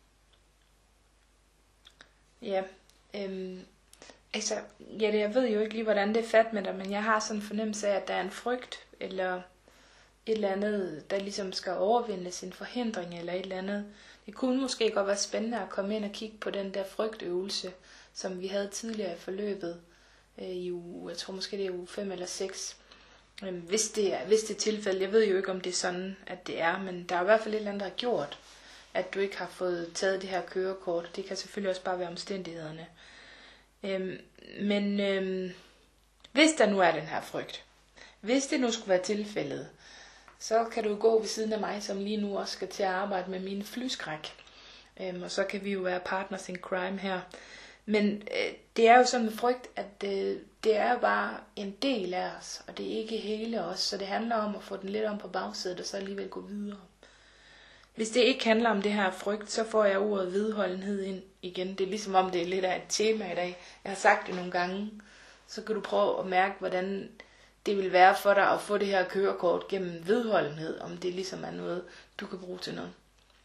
Ja, øhm, altså, Jette, jeg ved jo ikke lige, hvordan det er fat med dig, men jeg har sådan en fornemmelse af, at der er en frygt, eller et eller andet, der ligesom skal overvindes, en forhindring, eller et eller andet. Det kunne måske godt være spændende at komme ind og kigge på den der frygtøvelse, som vi havde tidligere i forløbet, øh, i uge, jeg tror måske det er uge fem eller seks. Øh, hvis, det er, hvis det er tilfældet, jeg ved jo ikke om det er sådan, at det er, men der er i hvert fald et eller andet, der har gjort, at du ikke har fået taget det her kørekort. Det kan selvfølgelig også bare være omstændighederne. Øh, men øh, hvis der nu er den her frygt, hvis det nu skulle være tilfældet, så kan du gå ved siden af mig, som lige nu også skal til at arbejde med min flyskræk. Øhm, og så kan vi jo være partners in crime her. Men øh, det er jo sådan med frygt, at øh, det er jo bare en del af os, og det er ikke hele os. Så det handler om at få den lidt om på bagsædet, og så alligevel gå videre. Hvis det ikke handler om det her frygt, så får jeg ordet vedholdenhed ind igen. Det er ligesom om det er lidt af et tema i dag. Jeg har sagt det nogle gange. Så kan du prøve at mærke, hvordan det vil være for dig at få det her kørekort gennem vedholdenhed, om det ligesom er noget, du kan bruge til noget.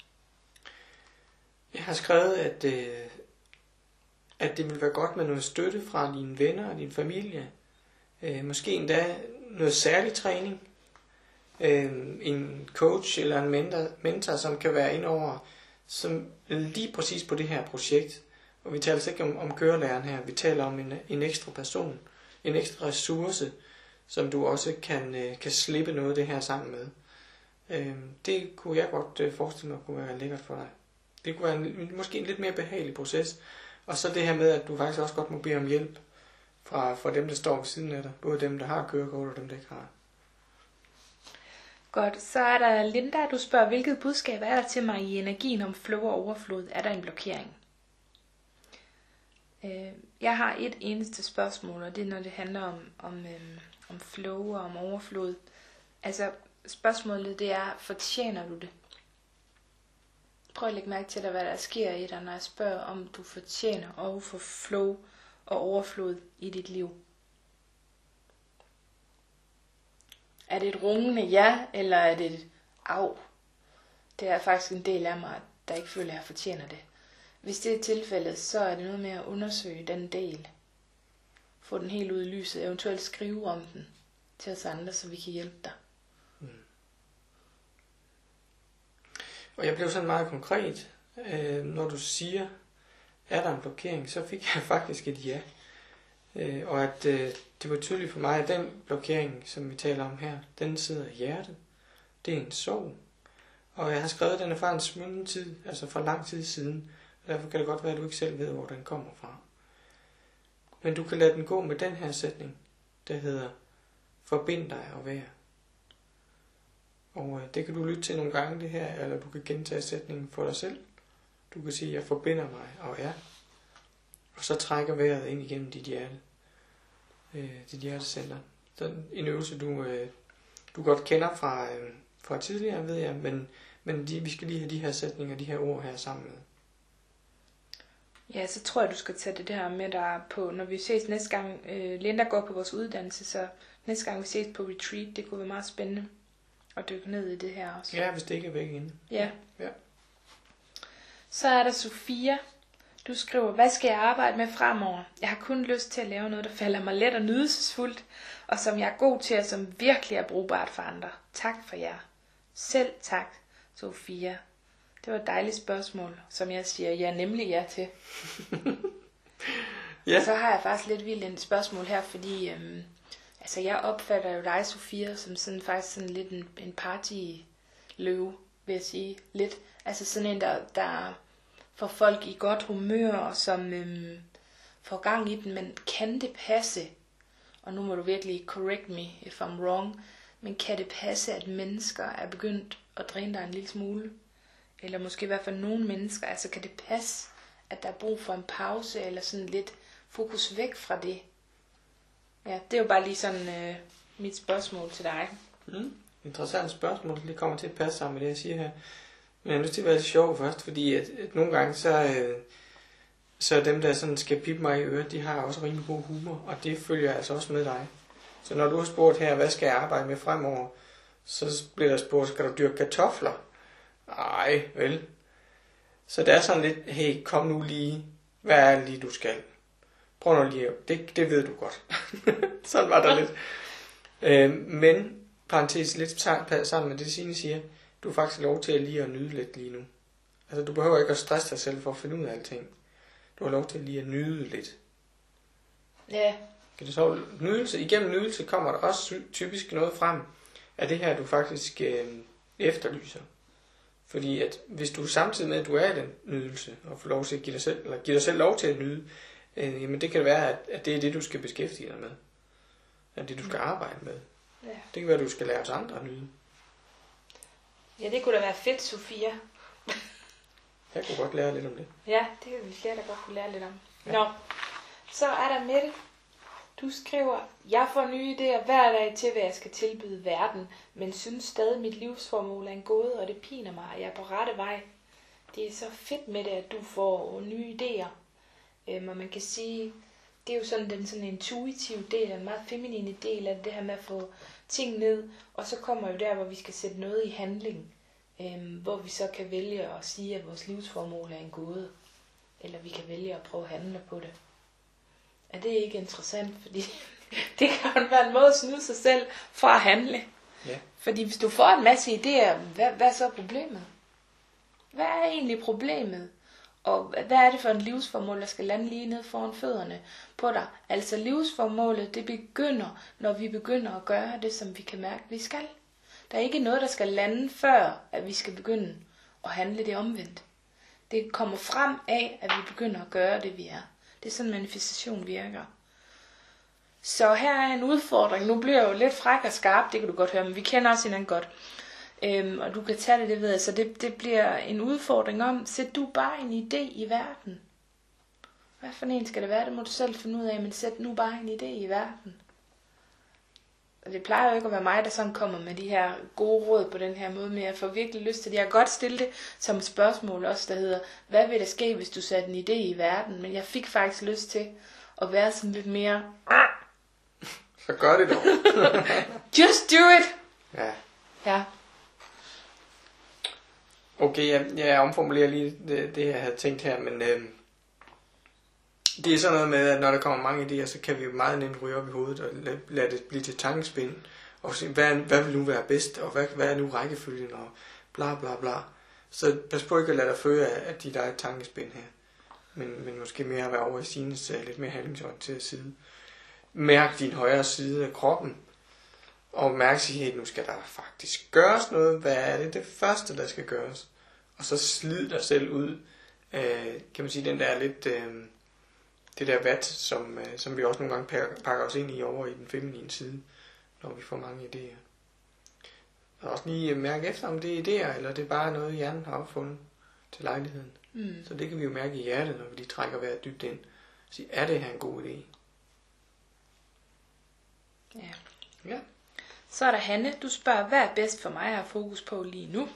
Jeg har skrevet, at, øh, at det vil være godt med noget støtte fra dine venner og din familie. Øh, måske endda noget særlig træning. Øh, en coach eller en mentor, mentor, som kan være ind over, som lige præcis på det her projekt. Og vi taler altså ikke om, om kørelæreren her, vi taler om en, en ekstra person, en ekstra ressource, som du også kan, øh, kan slippe noget af det her sammen med. Øh, det kunne jeg godt øh, forestille mig kunne være lækkert for dig. Det kunne være en, måske en lidt mere behagelig proces. Og så det her med, at du faktisk også godt må bede om hjælp fra, fra dem, der står ved siden af dig. Både dem, der har kørekort og dem, der ikke har. Godt, så er der Linda, du spørger, hvilket budskab er der til mig i energien om flow og overflod? Er der en blokering? Øh, jeg har et eneste spørgsmål, og det er, når det handler om, om, øhm, om flow og om overflod. Altså, spørgsmålet det er, fortjener du det? Prøv at lægge mærke til, hvad der sker i dig, når jeg spørger, om du fortjener at få flow og overflod i dit liv. Er det et rungende ja, eller er det et af? Det er faktisk en del af mig, der ikke føler, at jeg fortjener det. Hvis det er tilfældet, så er det noget med at undersøge den del. Få den helt ud i lyset, eventuelt skrive om den. til os andre, så vi kan hjælpe dig. Mm. Og jeg blev sådan meget konkret, øh, når du siger, er der en blokering, så fik jeg faktisk et ja. Øh, og at øh, det var tydeligt for mig, at den blokering, som vi taler om her, den sidder i hjertet. Det er en sorg. Og jeg har skrevet den er fra en smunden tid, altså for lang tid siden. Og derfor kan det godt være, at du ikke selv ved, hvor den kommer fra. Men du kan lade den gå med den her sætning, der hedder, forbind dig og vær. Og øh, det kan du lytte til nogle gange det her, eller du kan gentage sætningen for dig selv. Du kan sige, jeg forbinder mig og er. Og så trækker vejret ind igennem dit hjerte. Øh, dit hjertecenter. Sådan en øvelse, du, øh, du godt kender fra, øh, fra tidligere, ved jeg. Men, men de, vi skal lige have de her sætninger, de her ord her sammen med. Ja, så tror jeg, du skal tage det der med dig på, når vi ses næste gang. Øh, Linda går på vores uddannelse, så næste gang vi ses på retreat, det kunne være meget spændende at dykke ned i det her også. Ja, hvis det ikke er væk inde. Ja. Ja. Så er der Sofia. Du skriver, hvad skal jeg arbejde med fremover? Jeg har kun lyst til at lave noget, der falder mig let og nydelsesfuldt, og som jeg er god til, og som virkelig er brugbart for andre. Tak for jer. Selv tak, Sofia. Det var et dejligt spørgsmål, som jeg siger ja, nemlig ja til. Ja. Og så har jeg faktisk lidt vildt et spørgsmål her, fordi øhm, altså jeg opfatter jo dig, Sofia, som sådan faktisk sådan lidt en, en partyløve, vil jeg sige. Lidt. Altså sådan en, der, der får folk i godt humør, og som øhm, får gang i den, men kan det passe, og nu må du virkelig correct me if I'm wrong, men kan det passe, at mennesker er begyndt at dræne dig en lille smule? Eller måske i hvert fald nogle mennesker, altså kan det passe, at der er brug for en pause, eller sådan lidt fokus væk fra det? Ja, det er jo bare lige sådan øh, mit spørgsmål til dig. Mm. Interessant spørgsmål, det kommer til at passe sammen med det, jeg siger her. Men jeg har lyst til at være så sjov først, fordi at, at nogle gange, så, øh, så dem, der sådan skal pippe mig i øret, de har også rimelig god humor, og det følger altså også med dig. Så når du har spurgt her, hvad skal jeg arbejde med fremover, så bliver der spurgt, skal du dyrke kartofler? Ej, vel. Så det er sådan lidt, hey, kom nu lige, hvad er det lige, du skal? Prøv nu lige, det, det ved du godt. Sådan var der lidt. Øh, men, parentes lidt sammen med det, Signe siger, du har faktisk lov til at lige at nyde lidt lige nu. Altså, du behøver ikke at stresse dig selv for at finde ud af alting. Du har lov til lige at nyde lidt. Ja. Kan du så nydelse? Igennem nydelse kommer der også typisk noget frem af det her, du faktisk øh, efterlyser. Fordi at hvis du samtidig med, at du er i den nydelse, og får lov til at give dig selv, eller give dig selv lov til at nyde, øh, jamen det kan være, at, at det er det, du skal beskæftige dig med. At det, du skal arbejde med. Ja. Det kan være, at du skal lære os andre at nyde. Ja, det kunne da være fedt, Sofia. Jeg kunne godt lære lidt om det. Ja, det kan vi flere, der godt kunne lære lidt om. Ja. Nå, så er der Mette. Du skriver, jeg får nye idéer hver dag til, hvad jeg skal tilbyde verden, men synes stadig, mit livsformål er en gåde, og det piner mig, at jeg er på rette vej. Det er så fedt med det, at du får nye idéer. Øhm, og man kan sige, det er jo sådan den sådan intuitive del, en meget feminine del af det her med at få ting ned, og så kommer jo der, hvor vi skal sætte noget i handling, øhm, hvor vi så kan vælge at sige, at vores livsformål er en gåde, eller vi kan vælge at prøve at handle på det. Er det ikke interessant? Fordi det kan jo være en måde at snyde sig selv fra at handle. Ja. Fordi hvis du får en masse idéer, hvad, hvad er så problemet? Hvad er egentlig problemet? Og hvad er det for en livsformål, der skal lande lige ned foran fødderne på dig? Altså livsformålet, det begynder, når vi begynder at gøre det, som vi kan mærke, vi skal. Der er ikke noget, der skal lande, før at vi skal begynde at handle det omvendt. Det kommer frem af, at vi begynder at gøre det, vi er. Det er sådan, manifestation virker. Så her er en udfordring. Nu bliver jeg jo lidt fræk og skarp, det kan du godt høre, men vi kender også hinanden godt. Øhm, og du kan tage det, det ved jeg. Så det, det bliver en udfordring om, sæt du bare en idé i verden. Hvad for en skal det være? Det må du selv finde ud af, men sæt nu bare en idé i verden. Og det plejer jo ikke at være mig, der sådan kommer med de her gode råd på den her måde, men jeg får virkelig lyst til det. Jeg kan godt stille det som et spørgsmål også, der hedder, hvad vil der ske, hvis du satte en idé i verden? Men jeg fik faktisk lyst til at være sådan lidt mere... Så gør det dog. Just do it! Ja. Ja. Okay, jeg, jeg omformulerer lige det, det, jeg havde tænkt her, men øh, Det er sådan noget med, at når der kommer mange idéer, så kan vi jo meget nemt ryge op i hovedet og lade, lade det blive til tankespind. Og se, hvad, hvad vil nu være bedst, og hvad, hvad er nu rækkefølgen, og bla bla bla. Så pas på ikke at lade dig føre af de der er tankespind her. Men, men måske mere at være over i Sines uh, lidt mere handlingsorienterede side. Mærk din højre side af kroppen. Og mærk sig, at nu skal der faktisk gøres noget. Hvad er det det første, der skal gøres? Og så slid dig selv ud. Øh, kan man sige, den der lidt... Øh, det der vat, som, øh, som vi også nogle gange pakker, pakker os ind i over i den feminine side. Når vi får mange idéer. Og også lige mærke efter, om det er idéer, eller det er bare noget, hjernen har opfundet til lejligheden. Mm. Så det kan vi jo mærke i hjertet, når vi lige trækker vejret dybt ind. Så er det her en god idé? Ja. Ja. Så er der Hanne, du spørger, hvad er bedst for mig at have fokus på lige nu?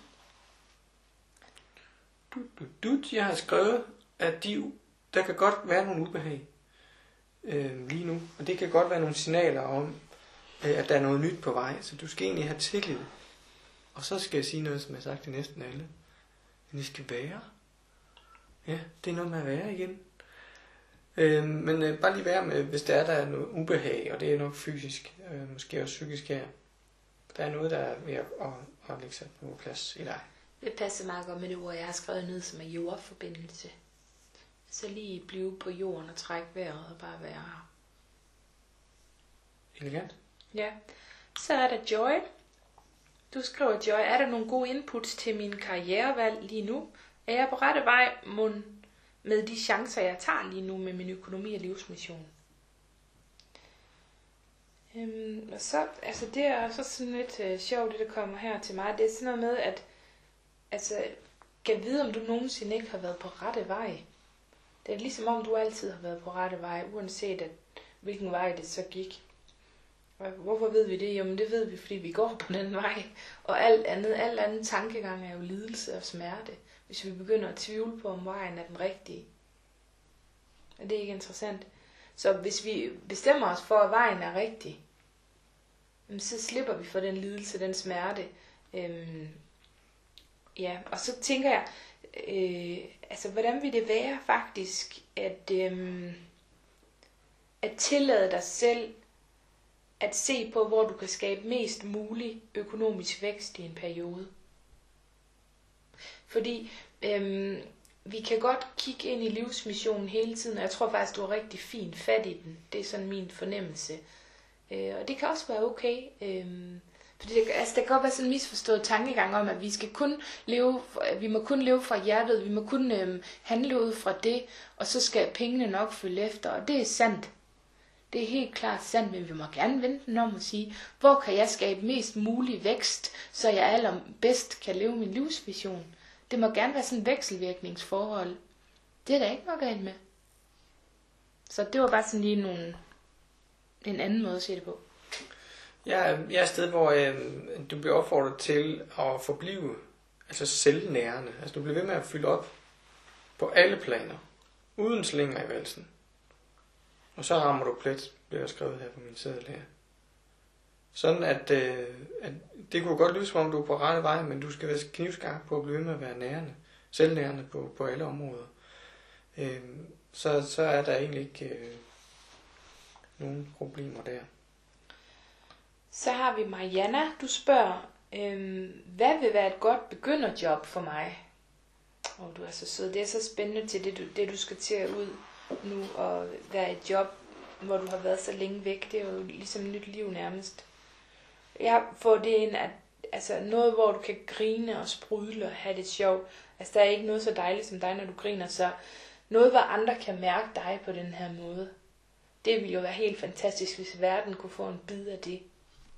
Du, du, du, jeg har skrevet, at de, der kan godt være nogle ubehag øh, lige nu. Og det kan godt være nogle signaler om, øh, at der er noget nyt på vej. Så du skal egentlig have tillid. Og så skal jeg sige noget, som jeg har sagt til næsten alle. Men I skal være. Ja, det er noget med at være igen. Øh, men øh, bare lige være med, hvis der er, der er noget ubehag, og det er nok fysisk, øh, måske også psykisk her. Der er noget, der er ved at, at, at lægge sig på plads i dig. Det passer meget godt med det ord, jeg har skrevet ned, som er jordforbindelse. Så lige blive på jorden og trække vejret og bare være her. Elegant. Ja. Så er der Joy. Du skriver, Joy, er der nogle gode inputs til min karrierevalg lige nu? Er jeg på rette vej mon med de chancer, jeg tager lige nu med min økonomi og livsmission? Øhm, og så, altså det er så sådan lidt øh, sjovt, det der kommer her til mig. Det er sådan noget med, at altså, kan vide, om du nogensinde ikke har været på rette vej. Det er ligesom om, du altid har været på rette vej, uanset at, hvilken vej det så gik. Og hvorfor ved vi det? Jamen det ved vi, fordi vi går på den vej. Og alt andet, alt andet tankegang er jo lidelse og smerte, hvis vi begynder at tvivle på, om vejen er den rigtige. Er det ikke interessant? Så hvis vi bestemmer os for, at vejen er rigtig, så slipper vi for den lidelse, den smerte. Øhm, ja, og så tænker jeg, øh, altså hvordan vil det være faktisk, at, øhm, at tillade dig selv at se på, hvor du kan skabe mest mulig økonomisk vækst i en periode. Fordi øhm, vi kan godt kigge ind i livsmissionen hele tiden, og jeg tror faktisk, du har rigtig fint fat i den. Det er sådan min fornemmelse. Øh, og det kan også være okay. Øh, fordi det, altså, der kan godt være sådan en misforstået tankegang om, at vi skal kun leve, vi må kun leve fra hjertet, vi må kun øh, handle ud fra det, og så skal pengene nok følge efter. Og det er sandt. Det er helt klart sandt, men vi må gerne vente den om og sige, hvor kan jeg skabe mest mulig vækst, så jeg allerbedst kan leve min livsvision. Det må gerne være sådan et vekselvirkningsforhold. Det er der ikke noget galt med. Så det var bare sådan lige nogle, en anden måde at se det på. Jeg, jeg er et sted, hvor øh, du bliver opfordret til at forblive altså selvnærende. Altså du bliver ved med at fylde op på alle planer, uden slinger i valsen. Og så rammer du plet, bliver jeg skrevet her på min seddel her. Sådan at, øh, at det kunne godt lyde som om du er på rette vej, men du skal være knivskarp på at blive ved med at være nærende, selvnærende på, på alle områder. Øh, så, så er der egentlig ikke øh, nogen problemer der. Så har vi Mariana, du spørger, øh, hvad vil være et godt begynderjob for mig? Og du er så sød, det er så spændende til det du, det, du skal til ud nu og være et job, hvor du har været så længe væk. Det er jo ligesom et nyt liv nærmest. Jeg får det ind, at altså noget, hvor du kan grine og sprudle og have det sjovt. Altså der er ikke noget så dejligt som dig, når du griner. Så noget, hvor andre kan mærke dig på den her måde. Det ville jo være helt fantastisk, hvis verden kunne få en bid af det.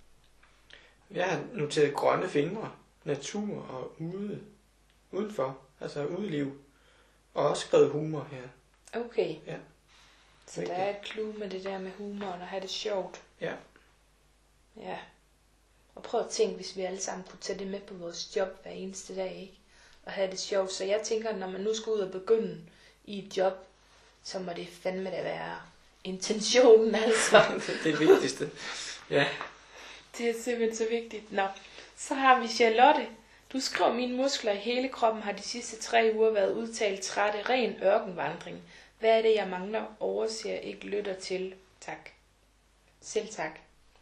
Jeg har noteret grønne fingre, natur og ude, udenfor, altså udeliv. Og også skrevet humor her. Okay. Ja. Så der er et clue med det der med humor og at have det sjovt. Ja. Ja. Og prøv at tænke, hvis vi alle sammen kunne tage det med på vores job hver eneste dag, ikke? Og have det sjovt. Så jeg tænker, når man nu skal ud og begynde i et job, så må det fandme da være intentionen, altså. Det er det vigtigste. Ja. Det er simpelthen så vigtigt. Nå, så har vi Charlotte. Du skriver, mine muskler i hele kroppen har de sidste tre uger været udtalt trætte, ren ørkenvandring. Hvad er det, jeg mangler, overser, ikke lytter til? Tak. Selv tak.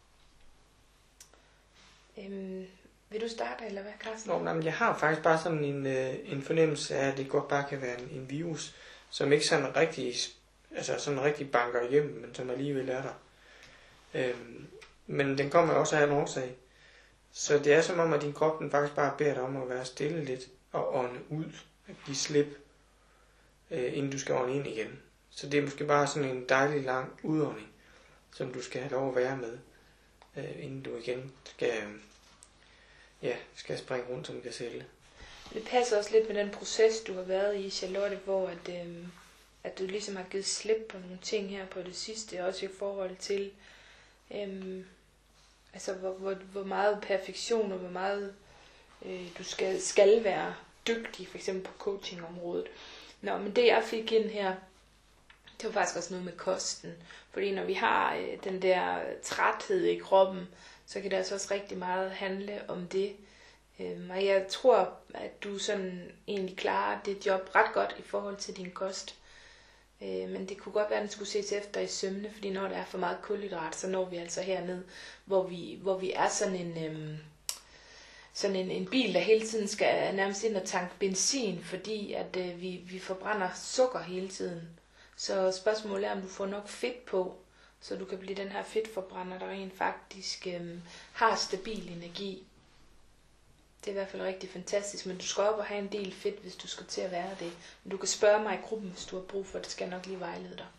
Øhm, vil du starte, eller hvad, Carsten? Nå, men jeg har faktisk bare sådan en, øh, en fornemmelse af, at det godt bare kan være en, en virus, som ikke sådan rigtig, altså sådan rigtig banker igennem, men som alligevel er der. Øhm, men den kommer også af en årsag. Så det er som om, at din krop den faktisk bare beder dig om at være stille lidt og ånde ud, at give slip, øh, inden du skal ånde ind igen. Så det er måske bare sådan en dejlig lang udånding, som du skal have lov at være med, øh, inden du igen skal, øh, ja, skal springe rundt som en gazelle. Det passer også lidt med den proces, du har været i, Charlotte, hvor at, øh, at du ligesom har givet slip på nogle ting her på det sidste, også i forhold til, øh, altså hvor, hvor, hvor meget perfektion og hvor meget øh, du skal, skal være dygtig, for eksempel på coachingområdet. Nå, men det jeg fik ind her, det var faktisk også noget med kosten. Fordi når vi har øh, den der træthed i kroppen, så kan det altså også rigtig meget handle om det. Øhm, og jeg tror, at du sådan egentlig klarer det job ret godt i forhold til din kost. Øh, men det kunne godt være, at den skulle ses efter i sømne, fordi når der er for meget kulhydrat, så når vi altså herned, hvor vi, hvor vi er sådan en... Øhm, sådan en, en bil, der hele tiden skal nærmest ind og tanke benzin, fordi at øh, vi, vi forbrænder sukker hele tiden. Så spørgsmålet er, om du får nok fedt på, så du kan blive den her fedtforbrænder, der rent faktisk øh, har stabil energi. Det er i hvert fald rigtig fantastisk, men du skal op og have en del fedt, hvis du skal til at være det. Men du kan spørge mig i gruppen, hvis du har brug for det, skal jeg nok lige vejlede dig.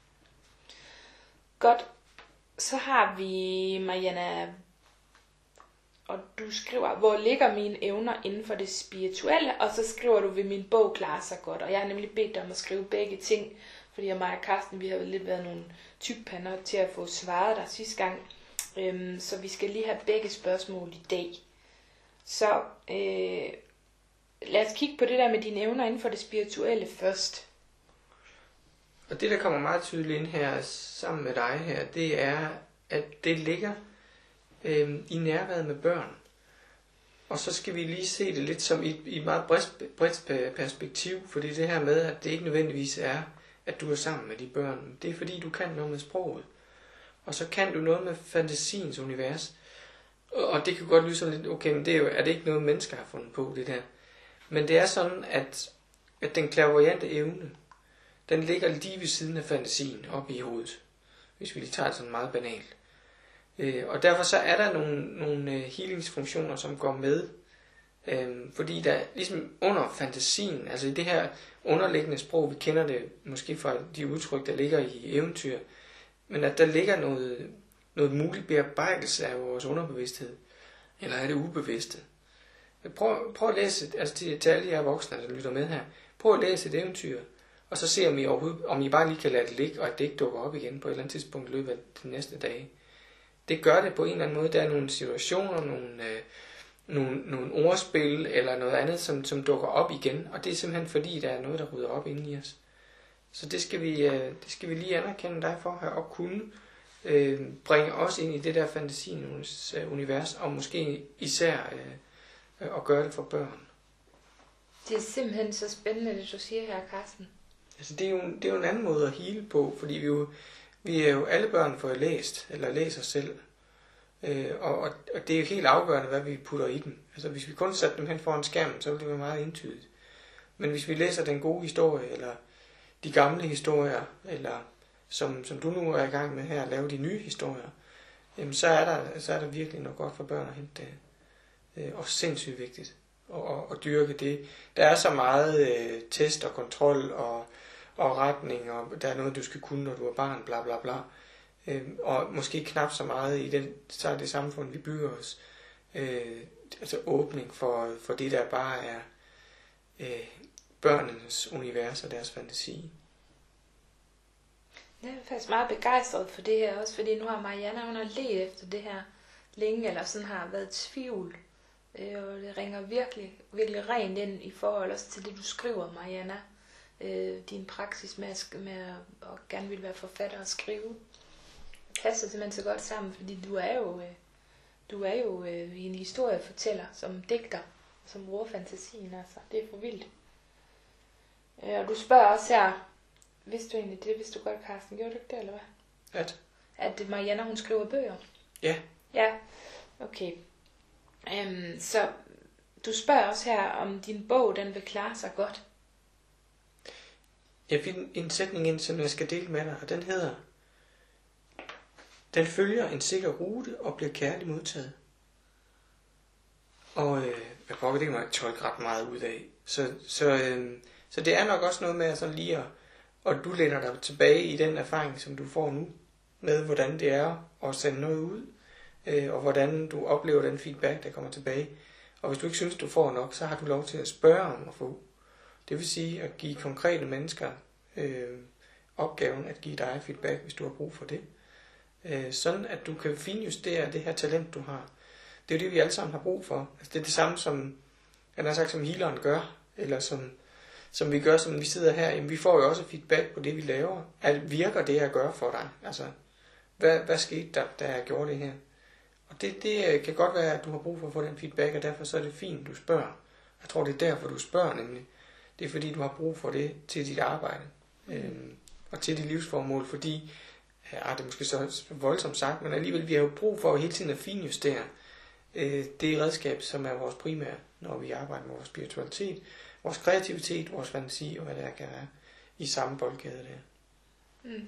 Godt, så har vi Mariana, og du skriver, hvor ligger mine evner inden for det spirituelle, og så skriver du, vil min bog klare sig godt. Og jeg har nemlig bedt dig om at skrive begge ting, fordi jeg og mig og Carsten, vi har lidt været nogle tykpander til at få svaret der sidste gang. Øhm, så vi skal lige have begge spørgsmål i dag. Så øh, lad os kigge på det der med dine evner inden for det spirituelle først. Og det, der kommer meget tydeligt ind her sammen med dig her, det er, at det ligger øh, i nærværet med børn. Og så skal vi lige se det lidt som i, i et meget bredt, bredt perspektiv, fordi det her med, at det ikke nødvendigvis er, at du er sammen med de børn. Det er fordi, du kan noget med sproget. Og så kan du noget med fantasiens univers. Og det kan godt lyde sådan lidt, okay, men det er, jo, er det ikke noget, mennesker har fundet på, det der. Men det er sådan, at, at den clairvoyante evne, den ligger lige ved siden af fantasien oppe i hovedet. Hvis vi lige tager det sådan meget banalt. Og derfor så er der nogle, nogle healingsfunktioner, som går med. Fordi der ligesom under fantasien, altså i det her underliggende sprog, vi kender det måske fra de udtryk, der ligger i eventyr, men at der ligger noget, noget mulig bearbejdelse af vores underbevidsthed, eller er det ubevidste. Prøv, prøv at læse, altså til, til alle jer voksne, der lytter med her, prøv at læse et eventyr, og så se om I, om I bare lige kan lade det ligge, og at det ikke dukker op igen på et eller andet tidspunkt i løbet af de næste dage. Det gør det på en eller anden måde. Der er nogle situationer, nogle, øh, nogle, nogle ordspil eller noget andet, som, som dukker op igen. Og det er simpelthen fordi, der er noget, der rydder op inde i os. Så det skal vi, øh, det skal vi lige anerkende dig for her og kunne øh, bringe os ind i det der fantasiens univers, og måske især øh, at gøre det for børn. Det er simpelthen så spændende, det du siger her, Carsten. Altså det er jo, det er jo en anden måde at heale på, fordi vi jo Vi er jo alle børn for at læst, eller læser selv. Øh, og, og det er jo helt afgørende, hvad vi putter i dem. Altså hvis vi kun sætter dem hen foran skærmen, så vil det være meget entydigt. Men hvis vi læser den gode historie, eller de gamle historier, eller som, som du nu er i gang med her, at lave de nye historier, jamen så er der, så er der virkelig noget godt for børn at hente det. Øh, og sindssygt vigtigt at, at, at dyrke det. Der er så meget øh, test og kontrol og og retning, og der er noget, du skal kunne, når du er barn, bla bla bla. Øhm, og måske knap så meget i den, så er det samfund, vi bygger os. Øh, altså åbning for, for det, der bare er øh, børnenes univers og deres fantasi. Jeg er faktisk meget begejstret for det her også, fordi nu har Mariana, hun har let efter det her længe, eller sådan har været i tvivl. Øh, og det ringer virkelig, virkelig rent ind i forhold også til det, du skriver, Mariana. Øh, din praksis med at, med at og gerne vil være forfatter og skrive passer simpelthen så godt sammen, fordi du er jo øh, du er jo øh, en historiefortæller, som digter, som bruger fantasien, altså det er for vildt. Øh, og du spørger også her, vidste du egentlig det, vidste du godt, Carsten, gjorde du ikke det, eller hvad? At? At Marianne, hun skriver bøger? Ja. Ja, okay. Um, så du spørger også her, om din bog, den vil klare sig godt. Jeg fik en sætning ind, som jeg skal dele med dig, og den hedder: den følger en sikker rute og bliver kærligt modtaget. Og øh, jeg prøver det, kan man ikke tolke ret meget ud af. Så, så, øh, så det er nok også noget med sådan lige at, og du læner dig tilbage i den erfaring, som du får nu, med hvordan det er at sende noget ud, øh, og hvordan du oplever den feedback, der kommer tilbage. Og hvis du ikke synes, du får nok, så har du lov til at spørge om at få. Det vil sige at give konkrete mennesker øh, opgaven at give dig feedback, hvis du har brug for det. Øh, sådan at du kan finjustere det her talent, du har. Det er jo det, vi alle sammen har brug for. Altså, det er det samme, som, han har sagt, som healeren gør, eller som, som vi gør, som vi sidder her. Jamen, vi får jo også feedback på det, vi laver. At virker det, jeg gør for dig? Altså, hvad, hvad skete der, da jeg gjorde det her? Og det, det kan godt være, at du har brug for at få den feedback, og derfor så er det fint, du spørger. Jeg tror, det er derfor, du spørger nemlig. Det er fordi, du har brug for det til dit arbejde. Mm. Øhm, og til dit livsformål, fordi, ja, det er måske så voldsomt sagt, men alligevel, vi har jo brug for hele tiden at finjustere øh, det redskab, som er vores primære, når vi arbejder med vores spiritualitet, vores kreativitet, vores fantasi, og hvad der kan være i samme boldgade der. Mm.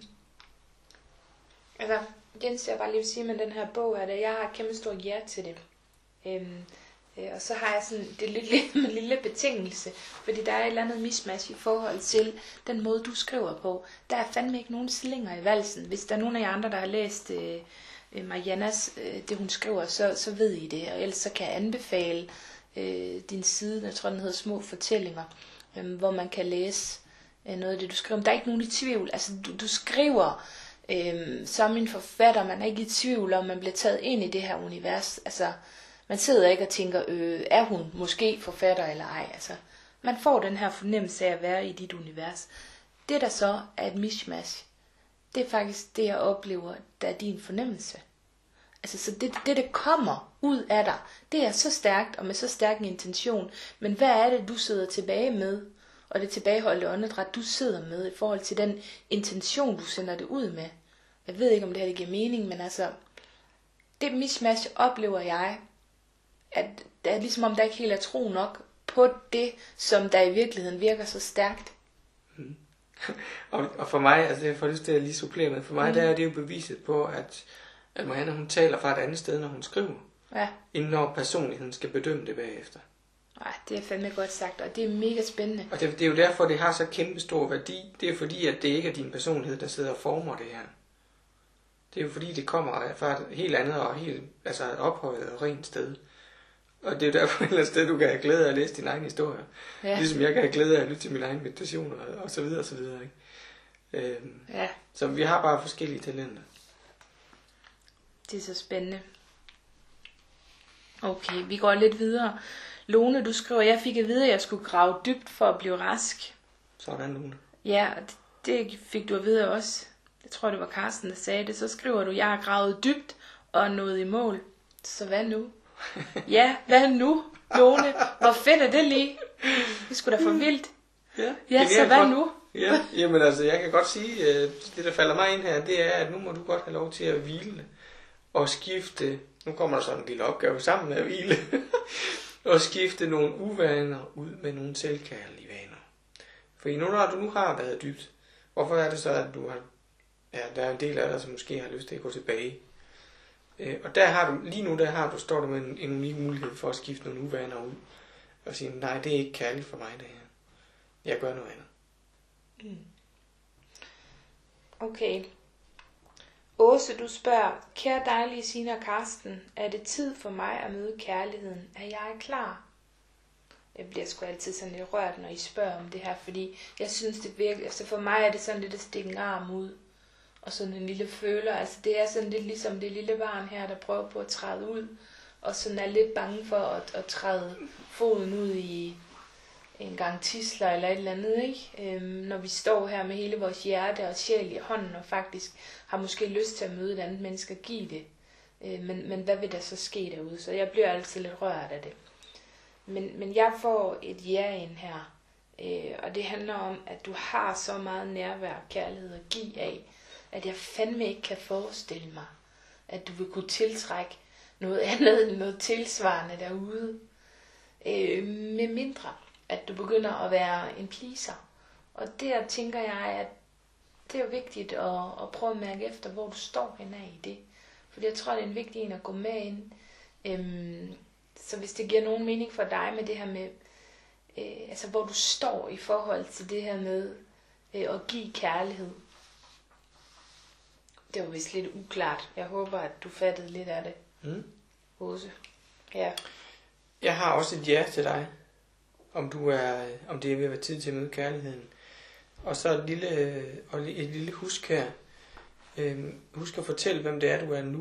Altså, Jens, jeg bare lige vil sige med den her bog, at jeg har kæmpe stor ja til det. Øhm, øh, og så har jeg sådan det lille, lille betingelse, fordi der er et eller andet mismatch i forhold til den måde, du skriver på. Der er fandme ikke nogen slinger i valsen. Hvis der er nogen af jer andre, der har læst øh, Mariannas, øh, det hun skriver, så, så ved I det. Og ellers så kan jeg anbefale øh, din side, jeg tror den hedder Små Fortællinger, øh, hvor man kan læse øh, noget af det, du skriver. Men der er ikke nogen i tvivl. Altså, du, du skriver Øhm, som en forfatter, man er ikke i tvivl om, man bliver taget ind i det her univers. Altså, man sidder ikke og tænker, øh, er hun måske forfatter eller ej. Altså, man får den her fornemmelse af at være i dit univers. Det der så er et mishmash, det er faktisk det, jeg oplever, der er din fornemmelse. Altså, så det, det, der kommer ud af dig, det er så stærkt og med så stærk en intention. Men hvad er det, du sidder tilbage med? Og det tilbageholdte åndedræt, du sidder med i forhold til den intention, du sender det ud med. Jeg ved ikke, om det her det giver mening, men altså, det mismatch oplever jeg, at det er ligesom om, der ikke helt er tro nok på det, som der i virkeligheden virker så stærkt. Mm. og, og for mig, altså jeg får lyst til at lige supplere med, for mig mm. der er det jo beviset på, at, at Marianne, hun taler fra et andet sted, når hun skriver. Ja. Inden når personligheden skal bedømme det bagefter. Nej, det er fandme godt sagt, og det er mega spændende. Og det, det er jo derfor, det har så kæmpe stor værdi. Det er fordi, at det ikke er din personlighed, der sidder og former det her. Det er jo fordi, det kommer fra et helt andet og helt altså et ophøjet og rent sted. Og det er jo derfor et eller andet sted, du kan have glæde af at læse din egen historie. Ja. Ligesom jeg kan have glæde af at lytte til mine egne meditationer og så videre og så videre. Ikke? Øhm, ja. Så vi har bare forskellige talenter. Det er så spændende. Okay, vi går lidt videre. Lone, du skriver, jeg fik at vide, at jeg skulle grave dybt for at blive rask. Sådan, Lone. Ja, det fik du at vide også. Jeg tror, det var Carsten, der sagde det. Så skriver du, jeg har gravet dybt og nået i mål. Så hvad nu? Ja, hvad nu, Lone? Hvor fedt er det lige? Det skulle da for vildt. Ja, ja så hvad nu? Ja, jamen altså, jeg kan godt sige, det der falder mig ind her, det er, at nu må du godt have lov til at hvile og skifte. Nu kommer der sådan en lille opgave sammen med at hvile. Og skifte nogle uvaner ud med nogle selvkærlige vaner. Fordi nu når du nu har været dybt, hvorfor er det så, at du har, ja, der er en del af dig, som måske har lyst til at gå tilbage. Øh, og der har du, lige nu der har du, står du med en, en unik mulighed for at skifte nogle uvaner ud. Og sige, nej, det er ikke kærligt for mig det her. Jeg gør noget andet. Mm. Okay. Åse, du spørger, kære dejlige Signe og Carsten, er det tid for mig at møde kærligheden? Er jeg klar? Jeg bliver sgu altid sådan lidt rørt, når I spørger om det her, fordi jeg synes det virkelig, altså for mig er det sådan lidt at stikke en arm ud, og sådan en lille føler, altså det er sådan lidt ligesom det lille barn her, der prøver på at træde ud, og sådan er lidt bange for at, at træde foden ud i en gang tisler eller et eller andet, ikke? Øhm, når vi står her med hele vores hjerte og sjæl i hånden, og faktisk har måske lyst til at møde et andet menneske og give det. Øh, men, men hvad vil der så ske derude? Så jeg bliver altid lidt rørt af det. Men, men jeg får et ja ind her. Øh, og det handler om, at du har så meget nærvær og kærlighed at give af, at jeg fandme ikke kan forestille mig, at du vil kunne tiltrække noget andet end noget tilsvarende derude. Øh, med mindre, at du begynder at være en pleaser. Og der tænker jeg, at det er jo vigtigt at, at prøve at mærke efter, hvor du står henne i det. Fordi jeg tror, det er en vigtig en at gå med ind. Øhm, så hvis det giver nogen mening for dig med det her med, øh, altså hvor du står i forhold til det her med øh, at give kærlighed. Det var vist lidt uklart. Jeg håber, at du fattede lidt af det. Mm. Åse. Ja. Jeg har også et ja til dig, om, du er, om det er ved at være tid til at møde kærligheden. Og så et lille, og et lille husk her. Øhm, husk at fortælle, hvem det er, du er nu.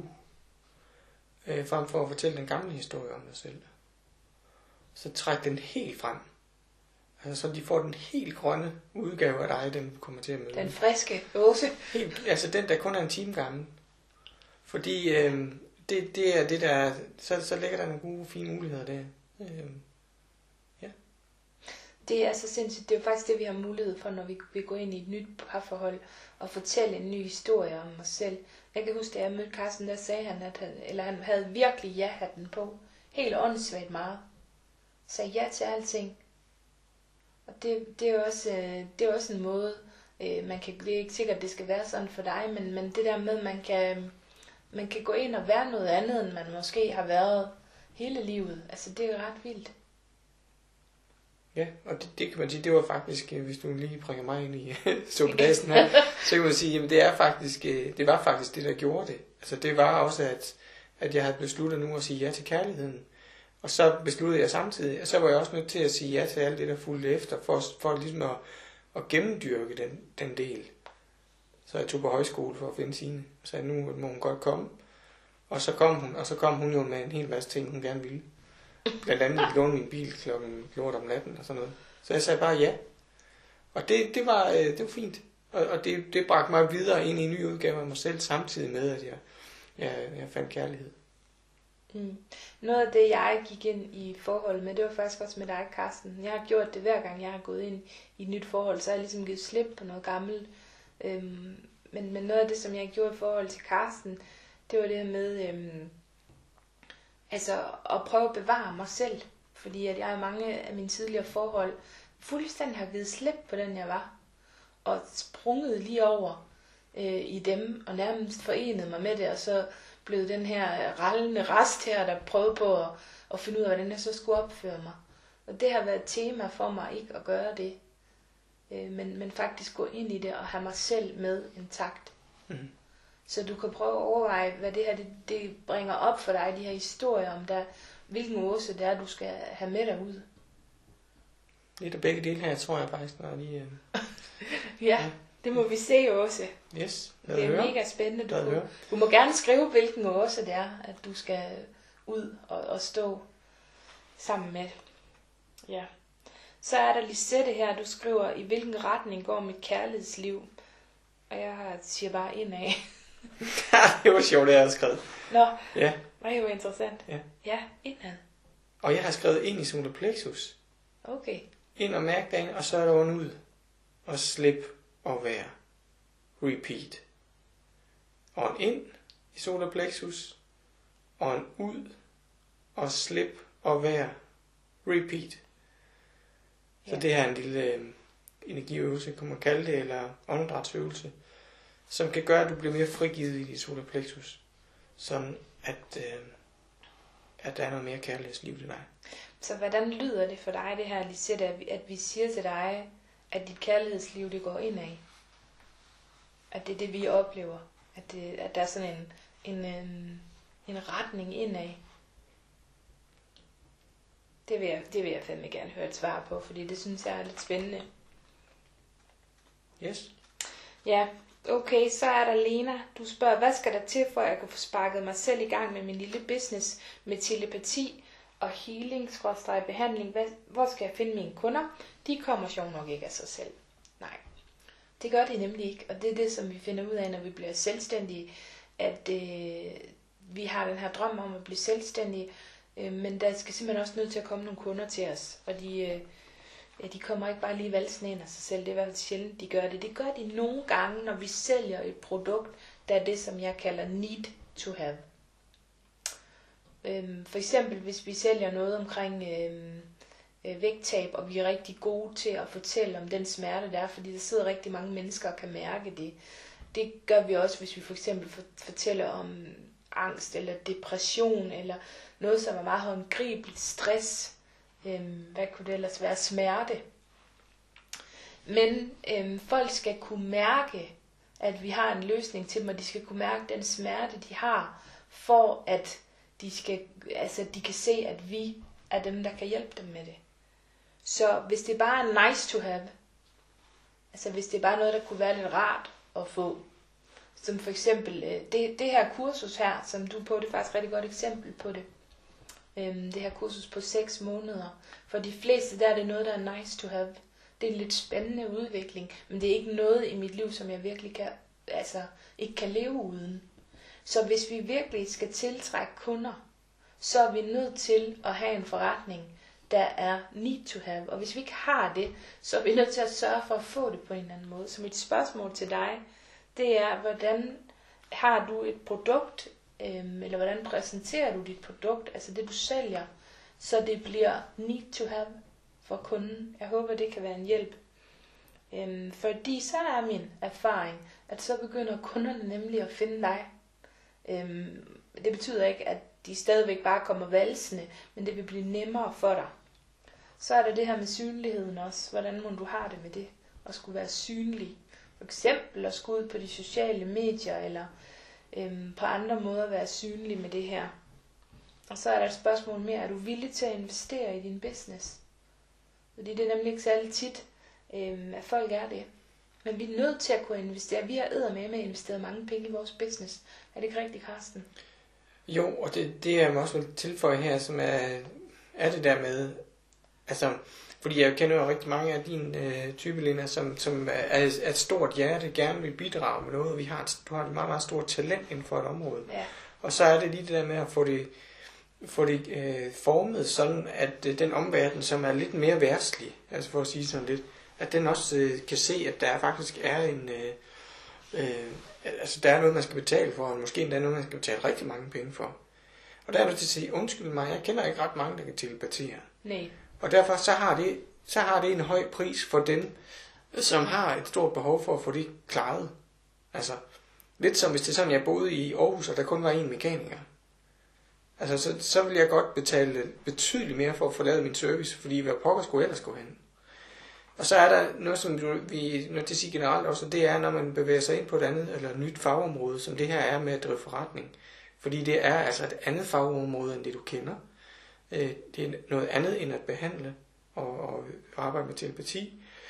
Øh, frem for at fortælle den gamle historie om dig selv. Så træk den helt frem. Altså, så de får den helt grønne udgave af dig, den du kommer til at møde. Den friske Åse. Helt, altså den, der kun er en time gammel. Fordi øh, det, det er det, der... Så, så ligger der nogle gode, fine muligheder der. Øh, ja. Det er så sindssygt. Det er jo faktisk det, vi har mulighed for, når vi, vi går ind i et nyt parforhold og fortælle en ny historie om os selv. Jeg kan huske, da jeg mødte Carsten, der sagde han, at han, eller han havde virkelig ja-hatten på. Helt åndssvagt meget. Sagde ja til alting. Og det, det, er også, det er også en måde, man kan, det er ikke sikkert, at det skal være sådan for dig, men, men det der med, at man kan, man kan gå ind og være noget andet, end man måske har været hele livet. Altså, det er ret vildt. Ja, og det, det kan man sige, det var faktisk, hvis du lige bringer mig ind i suppedasen her, så kan man sige, jamen det er faktisk, det var faktisk det, der gjorde det. Altså det var også, at, at jeg havde besluttet nu at sige ja til kærligheden. Og så besluttede jeg samtidig, og så var jeg også nødt til at sige ja til alt det, der fulgte efter, for, for ligesom at, at gennemdyrke den, den del. Så jeg tog på højskole for at finde Signe, og sagde, nu må hun godt komme. Og så kom hun, og så kom hun jo med en hel masse ting, hun gerne ville. Blandt andet låne min bil klokken lort om natten og sådan noget. Så jeg sagde bare ja. Og det, det, var, det var fint. Og, og det, det bragte mig videre ind i en ny udgave af mig selv, samtidig med, at jeg, jeg, jeg fandt kærlighed. Mm. Noget af det, jeg gik ind i forhold med, det var faktisk også med dig, Carsten. Jeg har gjort det hver gang, jeg har gået ind i et nyt forhold, så har jeg ligesom givet slip på noget gammelt. Øhm, men, men noget af det, som jeg gjorde i forhold til Carsten, det var det her med... Øhm, Altså at prøve at bevare mig selv, fordi at jeg i mange af mine tidligere forhold fuldstændig har givet slip på den jeg var, og sprunget lige over øh, i dem, og nærmest forenet mig med det, og så blev den her rallende rest her, der prøvede på at, at finde ud af, hvordan jeg så skulle opføre mig. Og det har været et tema for mig ikke at gøre det, øh, men, men faktisk gå ind i det og have mig selv med intakt. Mm. Så du kan prøve at overveje, hvad det her det, det bringer op for dig, de her historier om der, hvilken Åse det er, du skal have med dig ud. Lidt af begge dele her, tror jeg faktisk, når lige... Øh... ja, ja, det må vi se, Åse. Yes, det er høre. Mega spændende. Du, kunne, du må gerne skrive, hvilken Åse det er, at du skal ud og, og stå sammen med. Ja. Så er der Lisette her, du skriver, i hvilken retning går mit kærlighedsliv? Og jeg siger bare indad. Det var sjovt, det jeg havde skrevet. Nå, ja. Det var interessant. Ja, ja indad. Og jeg har skrevet ind i solar plexus. Okay. Ind og mærke dagen, og så er der ud. Og slip og være. Repeat. Og en ind i solar plexus. Og en ud. Og slip og være. Repeat. Så ja. Det her er en lille øh, energiøvelse, kan man kalde det, eller åndedrætsøvelse, som kan gøre, at du bliver mere frigivet i dit solar plexus, sådan at, øh, at der er noget mere kærlighedsliv til dig. Så hvordan lyder det for dig, det her, Lisette, at vi, at vi siger til dig, at dit kærlighedsliv, det går indad? At det er det, vi oplever? At, det, at der er sådan en, en, en, en retning indad? Det vil, jeg, det vil jeg fandme gerne høre et svar på, fordi det synes jeg er lidt spændende. Yes. Ja, okay, så er der Lena. Du spørger, hvad skal der til, for at jeg kan få sparket mig selv i gang med min lille business med telepati og healing-behandling? Hvor skal jeg finde mine kunder? De kommer sjovt nok ikke af sig selv. Nej, det gør de nemlig ikke. Og det er det, som vi finder ud af, når vi bliver selvstændige. At øh, vi har den her drøm om at blive selvstændige. Øh, men der skal simpelthen også nødt til at komme nogle kunder til os. Og de, øh, Ja, de kommer ikke bare lige valsende ind af sig selv. Det er i hvert fald sjældent, de gør det. Det gør de nogle gange, når vi sælger et produkt, der er det, som jeg kalder need to have. Øhm, for eksempel, hvis vi sælger noget omkring øhm, øh, vægttab, og vi er rigtig gode til at fortælle om den smerte, der er, fordi der sidder rigtig mange mennesker og kan mærke det. Det gør vi også, hvis vi for eksempel fortæller om angst eller depression, eller noget, som er meget håndgribeligt, stress. Øhm, hvad kunne det ellers være? Smerte. Men øhm, folk skal kunne mærke, at vi har en løsning til dem, og de skal kunne mærke den smerte, de har, for at de, skal, altså, de kan se, at vi er dem, der kan hjælpe dem med det. Så hvis det bare er nice to have, altså hvis det er bare noget, der kunne være lidt rart at få, som for eksempel det, det her kursus her, som du er på, det er faktisk et rigtig godt eksempel på det. Øhm, det her kursus på seks måneder. For de fleste der er det noget, der er nice to have. Det er en lidt spændende udvikling, men det er ikke noget i mit liv, som jeg virkelig kan, altså, ikke kan leve uden. Så hvis vi virkelig skal tiltrække kunder, så er vi nødt til at have en forretning, der er need to have. Og hvis vi ikke har det, så er vi nødt til at sørge for at få det på en eller anden måde. Så mit spørgsmål til dig, det er, hvordan har du et produkt, øhm, eller hvordan præsenterer du dit produkt, altså det du sælger, så det bliver need to have for kunden. Jeg håber, det kan være en hjælp. Øhm, fordi så er min erfaring, at så begynder kunderne nemlig at finde dig. Øhm, det betyder ikke, at de stadigvæk bare kommer valsende, men det vil blive nemmere for dig. Så er der det her med synligheden også. Hvordan må du har det med det? At skulle være synlig. For eksempel at skulle ud på de sociale medier, eller øhm, på andre måder være synlig med det her. Og så er der et spørgsmål mere. Er du villig til at investere i din business? Fordi det er nemlig ikke særlig tit, øhm, at folk er det. Men vi er nødt til at kunne investere. Vi har eddermame investeret mange penge i vores business. Er det ikke rigtigt, Carsten? Jo, og det, det er jeg også vil tilføje her, som er, er det der med, altså, fordi jeg kender jo rigtig mange af dine øh, type, Lena, som, som er, er et stort hjerte, gerne vil bidrage med noget. Vi har et, du har et meget, meget stort talent inden for et område. Ja. Og så er det lige det der med at få det, få det øh, formet sådan, at øh, den omverden, som er lidt mere værtslig, altså for at sige sådan lidt, at den også øh, kan se, at der faktisk er en, øh, øh, altså der er noget, man skal betale for, og måske endda noget, man skal betale rigtig mange penge for. Og der er du til at sige, undskyld mig, jeg kender ikke ret mange, der kan telepatere. Nej. Og derfor så har, det, så har det en høj pris for dem, som har et stort behov for at få det klaret. Altså, lidt som hvis det er sådan, jeg boede i Aarhus, og der kun var én mekaniker. Altså, så, så vil jeg godt betale betydeligt mere for at få lavet min service, fordi hvad pokker skulle ellers gå hen. Og så er der noget, som vi nødt til at sige generelt også, det er, når man bevæger sig ind på et andet eller et nyt fagområde, som det her er med at drive forretning. Fordi det er altså et andet fagområde, end det du kender. Det er noget andet end at behandle og, og arbejde med telepati.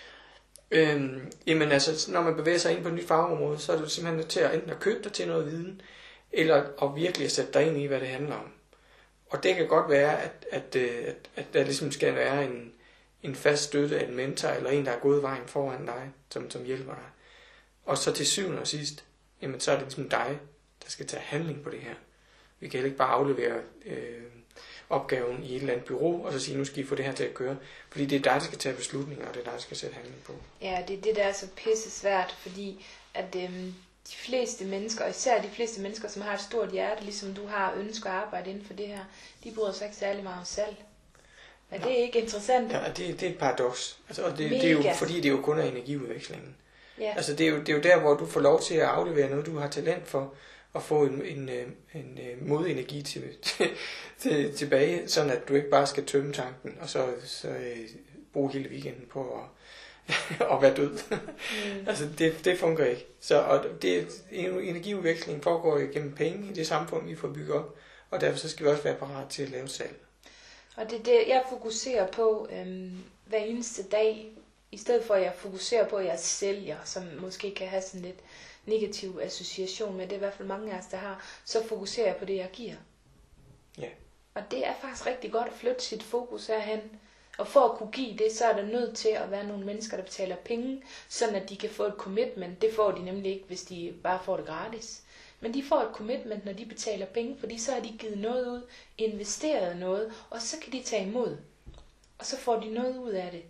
Øhm, jamen altså, når man bevæger sig ind på et nyt fagområde, så er du simpelthen nødt til at enten at købe dig til noget viden, eller at virkelig at sætte dig ind i, hvad det handler om. Og det kan godt være, at, at, at, at der ligesom skal være en, en fast støtte af en mentor, eller en, der er gået vejen foran dig, som, som hjælper dig. Og så til syvende og sidst, jamen så er det ligesom dig, der skal tage handling på det her. Vi kan heller ikke bare aflevere øh, opgaven i et eller andet bureau, og så sige, nu skal I få det her til at køre. Fordi det er dig, der skal tage beslutninger, og det er dig, der skal sætte handling på. Ja, det er det, der er så pisse svært, fordi at øhm, de fleste mennesker, og især de fleste mennesker, som har et stort hjerte, ligesom du har, ønsker at arbejde inden for det her, de bryder sig ikke særlig meget om salg. Er det ikke interessant? Ja, det, det er et paradoks. Altså, og det, det er jo fordi, det er jo kun af energiudvekslingen. Ja. Altså, det er, jo, det er jo der, hvor du får lov til at aflevere noget, du har talent for, at få en, en, en, en modenergi til, til, til, tilbage, sådan at du ikke bare skal tømme tanken, og så, så øh, bruge hele weekenden på at, at være død. Mm. Altså, det, det fungerer ikke. Så, og det, energiudveksling foregår igennem penge i det samfund, vi får bygget op, og derfor så skal vi også være parat til at lave salg. Og det er det, jeg fokuserer på øhm, hver eneste dag, i stedet for at jeg fokuserer på, at jeg sælger, som måske kan have sådan lidt negativ association med, det er i hvert fald mange af os, der har, så fokuserer jeg på det, jeg giver. Ja. Og det er faktisk rigtig godt at flytte sit fokus herhen. Og for at kunne give det, så er der nødt til at være nogle mennesker, der betaler penge, sådan at de kan få et commitment. Det får de nemlig ikke, hvis de bare får det gratis. Men de får et commitment, når de betaler penge, fordi så har de givet noget ud, investeret noget, og så kan de tage imod. Og så får de noget ud af det.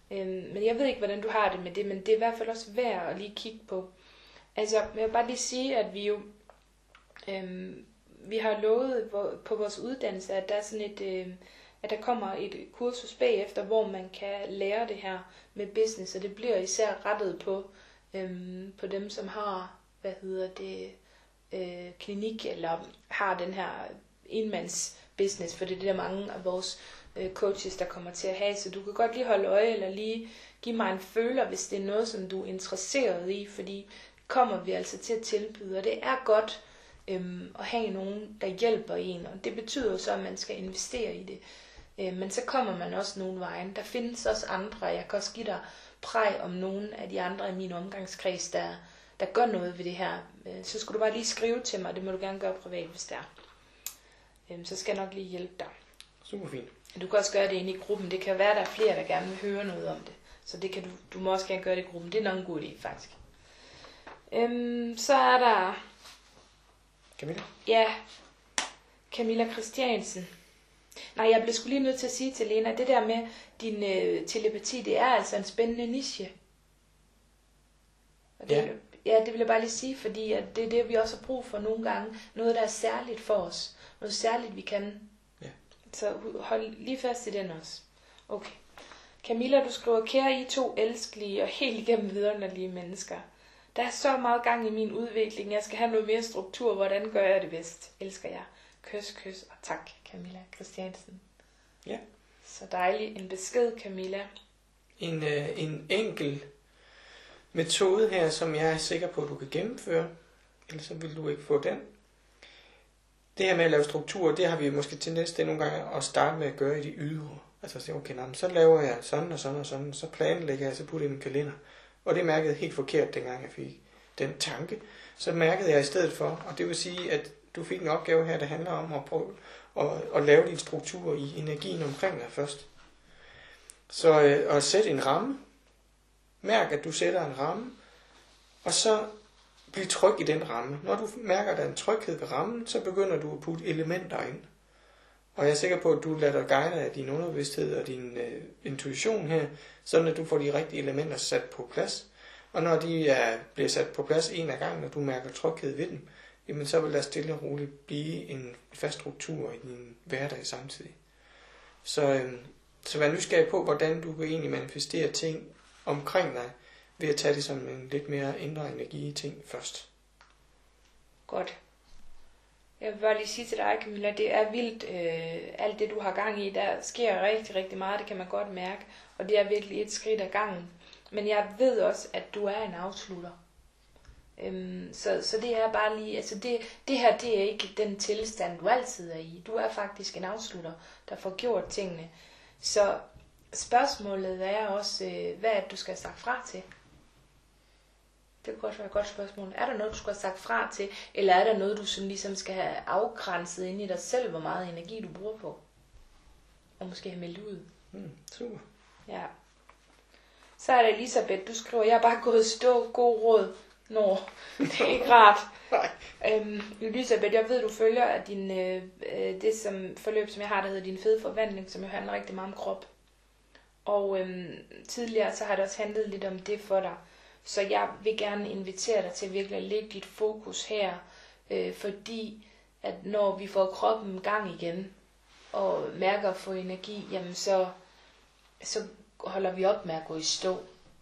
Øhm, men jeg ved ikke, hvordan du har det med det, men det er i hvert fald også værd at lige kigge på. Altså, jeg vil bare lige sige, at vi jo, øhm, vi har lovet på vores uddannelse, at der er sådan et, øh, at der kommer et kursus bagefter, hvor man kan lære det her med business, og det bliver især rettet på, øhm, på dem, som har, hvad hedder det, øh, klinik, eller har den her enmands business, for det er det, der mange af vores øh, coaches, der kommer til at have, så du kan godt lige holde øje, eller lige give mig en føler, hvis det er noget, som du er interesseret i, fordi kommer vi altså til at tilbyde, og det er godt øhm, at have nogen, der hjælper en, og det betyder jo så, at man skal investere i det. Øh, men så kommer man også nogle vejen. Der findes også andre, jeg kan også give dig præg om nogle af de andre i min omgangskreds, der, der gør noget ved det her. Øh, så skulle du bare lige skrive til mig, det må du gerne gøre privat, hvis det er. Øh, så skal jeg nok lige hjælpe dig. Super fint. Du kan også gøre det inde i gruppen. Det kan være, at der er flere, der gerne vil høre noget om det. Så det kan du, du må også gerne gøre det i gruppen. Det er nok en god idé, faktisk. Øhm, så er der... Camilla? Ja, Camilla Christiansen. Nej, jeg blev sgu lige nødt til at sige til Lena, det der med din øh, telepati, det er altså en spændende niche. Og det, Ja. vil, ja, det vil jeg bare lige sige, fordi at det er det, vi også har brug for nogle gange. Noget, der er særligt for os. Noget særligt, vi kan. Ja. Så hold lige fast i den også. Okay. Camilla, du skriver, kære I to elskelige og helt igennem vidunderlige mennesker. Der er så meget gang i min udvikling. Jeg skal have noget mere struktur. Hvordan gør jeg det bedst? Elsker jeg. Kys, kys og tak, Camilla Christiansen. Ja. Så dejlig en besked, Camilla. En, øh, en enkel metode her, som jeg er sikker på, at du kan gennemføre. Ellers så vil du ikke få den. Det her med at lave strukturer, det har vi måske tendens til nogle gange at starte med at gøre i de ydre. Altså at sige, okay, nej, så laver jeg sådan og sådan og sådan, så planlægger jeg, så putter jeg i min kalender. Og det mærkede jeg helt forkert, dengang jeg fik den tanke. Så mærkede jeg i stedet for, og det vil sige, at du fik en opgave her, der handler om at prøve at, at lave din struktur i energien omkring dig først. Så øh, at sætte en ramme. Mærk, at du sætter en ramme, og så bliv tryg i den ramme. Når du mærker, at der er en tryghed ved rammen, så begynder du at putte elementer ind. Og jeg er sikker på, at du lader dig guide af din underbevidsthed og din øh, intuition her, sådan at du får de rigtige elementer sat på plads. Og når de er, bliver sat på plads en af gangen, og du mærker tryghed ved dem, jamen så vil der stille og roligt blive en fast struktur i din hverdag samtidig. Så, øh, så vær nysgerrig på, hvordan du kan egentlig manifestere ting omkring dig, ved at tage det som en lidt mere indre energi ting først. Godt. Jeg vil bare lige sige til dig, Camilla, det er vildt, øh, alt det du har gang i, der sker rigtig, rigtig meget, det kan man godt mærke, og det er virkelig et skridt ad gangen. Men jeg ved også, at du er en afslutter. Øhm, så, så det er bare lige, altså det, det her, det er ikke den tilstand, du altid er i. Du er faktisk en afslutter, der får gjort tingene. Så spørgsmålet er også, øh, hvad er det, du skal have sagt fra til? Det kunne også være et godt spørgsmål. Er der noget, du skal have sagt fra til, eller er der noget, du sådan ligesom skal have afgrænset ind i dig selv, hvor meget energi du bruger på? Og måske have meldt ud. Mm, super. Ja. Så er der Elisabeth, du skriver, jeg er bare gået stå, god råd. Nå, det er ikke rart. øhm, Elisabeth, jeg ved, du følger at din, øh, det som forløb, som jeg har, der hedder din fede forvandling, som jo handler rigtig meget om krop. Og øhm, tidligere, så har det også handlet lidt om det for dig. Så jeg vil gerne invitere dig til virkelig at lægge dit fokus her, øh, fordi at når vi får kroppen i gang igen, og mærker at få energi, jamen så, så holder vi op med at gå i stå.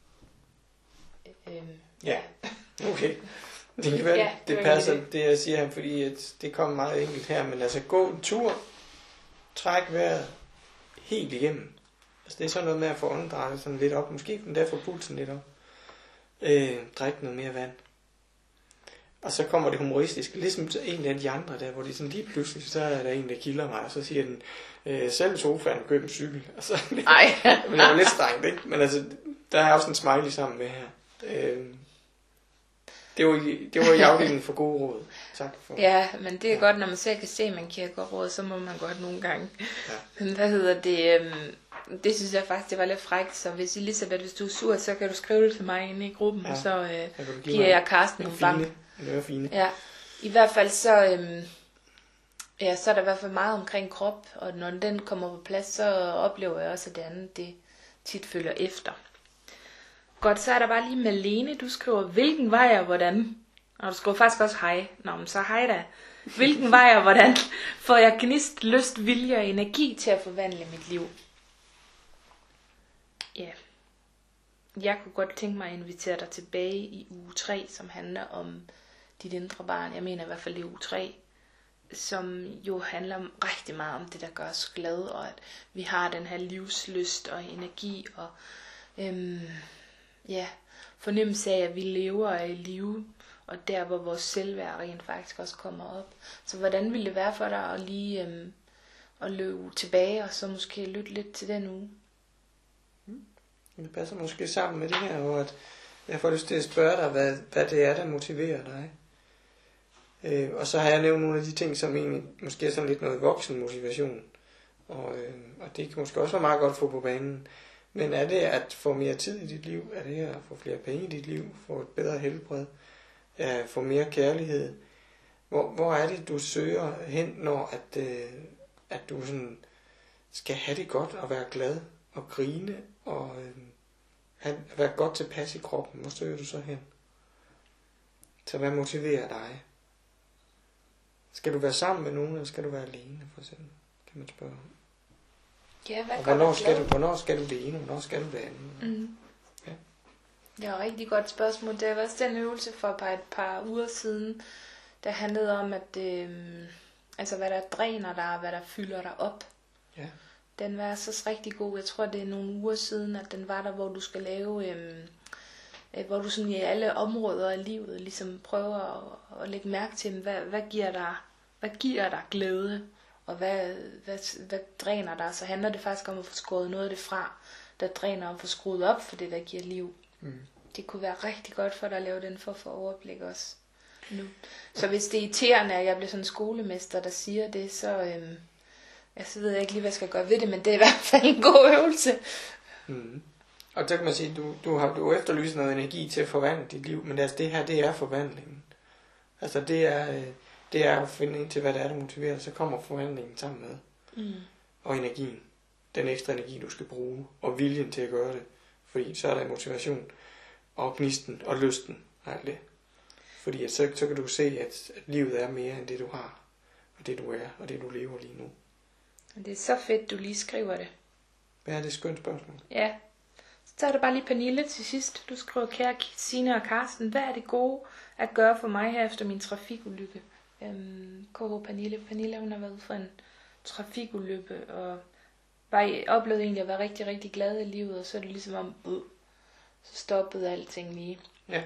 Øhm, ja, okay. Det kan være, ja, det, det passer det. det, jeg siger her, fordi at det kommer meget enkelt her, men altså gå en tur, træk vejret helt igennem. Altså det er sådan noget med at få åndedrættet sådan lidt op, måske den der få pulsen lidt op. Øh, drik noget mere vand. Og så kommer det humoristiske, ligesom en af de andre der, hvor det sådan lige pludselig, så er der en, der kilder mig, og så siger den, øh, selv sofaen, køb en cykel. Og så, Ej. Men det var lidt strengt, ikke? Men altså, der er også en smiley sammen med her. Øh, det var, i, det var i afdelingen for gode råd. Tak for. Ja, men det er ja. godt, når man selv kan se, at man kan gå råd, så må man godt nogle gange. Ja. Men hvad hedder det? Øhm, det synes jeg faktisk, det var lidt frækt, så hvis Elisabeth, hvis du er sur, så kan du skrive det til mig inde i gruppen, ja. så øh, giver jeg Karsten nogle bank. Det er fine. Ja, i hvert fald så, øhm, ja, så er der i hvert fald meget omkring krop, og når den kommer på plads, så oplever jeg også, at det andet, det, tit følger efter. Godt, så er der bare lige Malene, du skriver, hvilken vej og hvordan? Og du skriver faktisk også hej. Nå, men så hej da. Hvilken vej og hvordan får jeg gnist, lyst, vilje og energi til at forvandle mit liv? Ja. Jeg kunne godt tænke mig at invitere dig tilbage i uge tre, som handler om dit indre barn. Jeg mener i hvert fald det er uge tre, som jo handler rigtig meget om det, der gør os glade, og at vi har den her livslyst og energi, og øhm, ja, fornemmelse af, at vi lever og er i live, og der, hvor vores selvværd rent faktisk også kommer op. Så hvordan ville det være for dig at lige øhm, at løbe tilbage, og så måske lytte lidt til den uge? Det passer måske sammen med det her, hvor at jeg får lyst til at spørge dig, hvad, hvad det er, der motiverer dig. Øh, og så har jeg nævnt nogle af de ting, som egentlig måske er sådan lidt noget voksen motivation. Og, øh, og det kan måske også være meget godt at få på banen. Men er det at få mere tid i dit liv? Er det at få flere penge i dit liv? Få et bedre helbred? At få mere kærlighed? Hvor, hvor er det, du søger hen, når at, øh, at du sådan skal have det godt og være glad og grine og øh, have, være godt tilpas i kroppen? Hvor søger du så hen? Så hvad motiverer dig? Skal du være sammen med nogen, eller skal du være alene, for eksempel? Kan man spørge. Ja, hvad og hvornår skal, du, hvornår skal du det ene, og hvornår skal du det andet? Mm. Ja. Det er et rigtig godt spørgsmål. Det var også den øvelse for et par, et par uger siden, der handlede om, at øh, altså hvad der dræner dig, og hvad der fylder dig op. Ja. Den var så rigtig god. Jeg tror, det er nogle uger siden, at den var der, hvor du skal lave, øh, øh, hvor du sådan i alle områder af livet ligesom prøver at, at lægge mærke til, hvad, hvad giver dig, hvad giver dig glæde, og hvad, hvad, hvad dræner dig. Så handler det faktisk om at få skåret noget af det fra, der dræner, og få skruet op for det, der giver liv. Mm. Det kunne være rigtig godt for dig at lave den for at få overblik også nu. Så hvis det er irriterende, at jeg bliver sådan en skolemester, der siger det, så, øhm, ja, så ved jeg ikke lige, hvad jeg skal gøre ved det, men det er i hvert fald en god øvelse. Mm. Og så kan man sige, du, du har du efterlyst noget energi til at forvandle dit liv, men altså det her, det er forvandlingen. Altså det er, det er at finde ind til, hvad det er, der motiverer, så kommer forvandlingen sammen med. Mm. Og energien. Den ekstra energi, du skal bruge, og viljen til at gøre det. Fordi så er der motivation, og gnisten, og lysten, og alt det. Fordi at så, så kan du se, at, at livet er mere end det, du har, og det, du er, og det, du lever lige nu. Det er så fedt, du lige skriver det. Hvad er det skønt spørgsmål? Ja. Så er der bare lige Pernille til sidst. Du skriver, kære Signe og Karsten, hvad er det gode at gøre for mig her efter min trafikulykke? Øhm, K H Pernille. Pernille, hun har været ude for en trafikulykke, og var, oplevede egentlig at være rigtig, rigtig glad i livet, og så er det ligesom om, øh, så stoppede alting lige. Ja.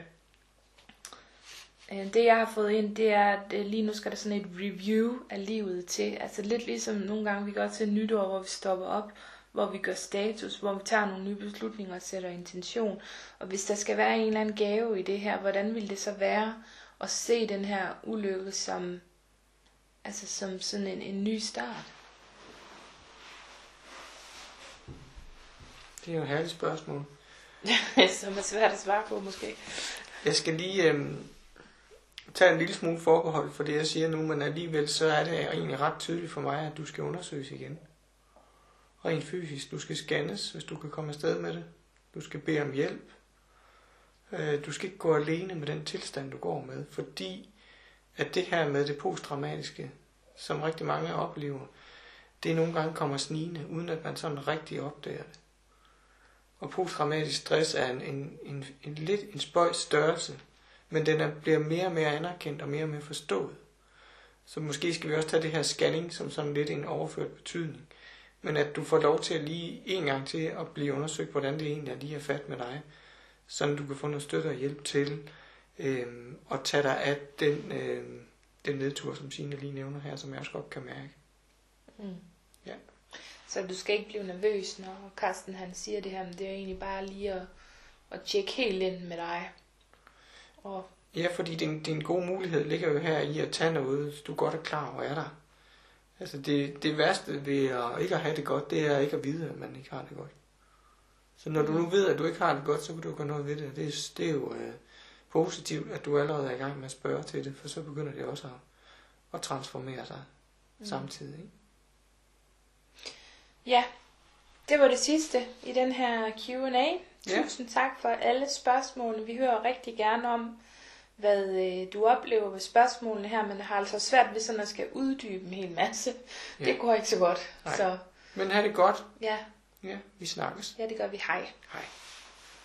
Det jeg har fået ind, det er, at lige nu skal der sådan et review af livet til. Altså lidt ligesom nogle gange vi gør til nytår, hvor vi stopper op, hvor vi gør status, hvor vi tager nogle nye beslutninger og sætter intention. Og hvis der skal være en eller anden gave i det her, hvordan vil det så være at se den her ulykke som, altså som sådan en, en ny start? Det er jo et herligt spørgsmål. Som er svært at svare på måske. Jeg skal lige øh, tage en lille smule forbehold for det, jeg siger nu, men alligevel så er det egentlig ret tydeligt for mig, at du skal undersøges igen. Rent fysisk. Du skal scannes, hvis du kan komme afsted med det. Du skal bede om hjælp. Øh, du skal ikke gå alene med den tilstand, du går med, fordi at det her med det posttraumatiske, som rigtig mange oplever, det nogle gange kommer snigende, uden at man sådan rigtig opdager det. Og posttraumatisk stress er en, en, en, en lidt en spøjs størrelse, men den er, bliver mere og mere anerkendt og mere og mere forstået. Så måske skal vi også tage det her scanning som sådan lidt en overført betydning. Men at du får lov til at lige en gang til at blive undersøgt, hvordan det egentlig er lige at fat med dig, så du kan få noget støtte og hjælp til øh, at tage dig af den, øh, den nedtur, som Signe lige nævner her, som jeg også godt kan mærke. Mm. Ja. Så du skal ikke blive nervøs, når Karsten han siger det her, men det er egentlig bare lige at, at tjekke helt ind med dig. Og ja, fordi din, din gode mulighed ligger jo her i at tage noget, du godt er klar over er der. Altså det, det værste ved at ikke at have det godt, det er ikke at vide, at man ikke har det godt. Så når mm. du nu ved, at du ikke har det godt, så kan du gøre noget ved det. Det, det er jo uh, positivt, at du allerede er i gang med at spørge til det, for så begynder det også at, at transformere sig mm. samtidig. Ikke? Ja, Det var det sidste i den her Q and A. Ja. Tusind tak for alle spørgsmålene. Vi hører rigtig gerne om, hvad øh, du oplever ved spørgsmålene her, men jeg har altså svært ved sådan at skal uddybe en hel masse. Ja. Det går ikke så godt. Nej. Så Men have det godt. ja. Ja, vi snakkes. Ja, det gør vi. Hej. Hej.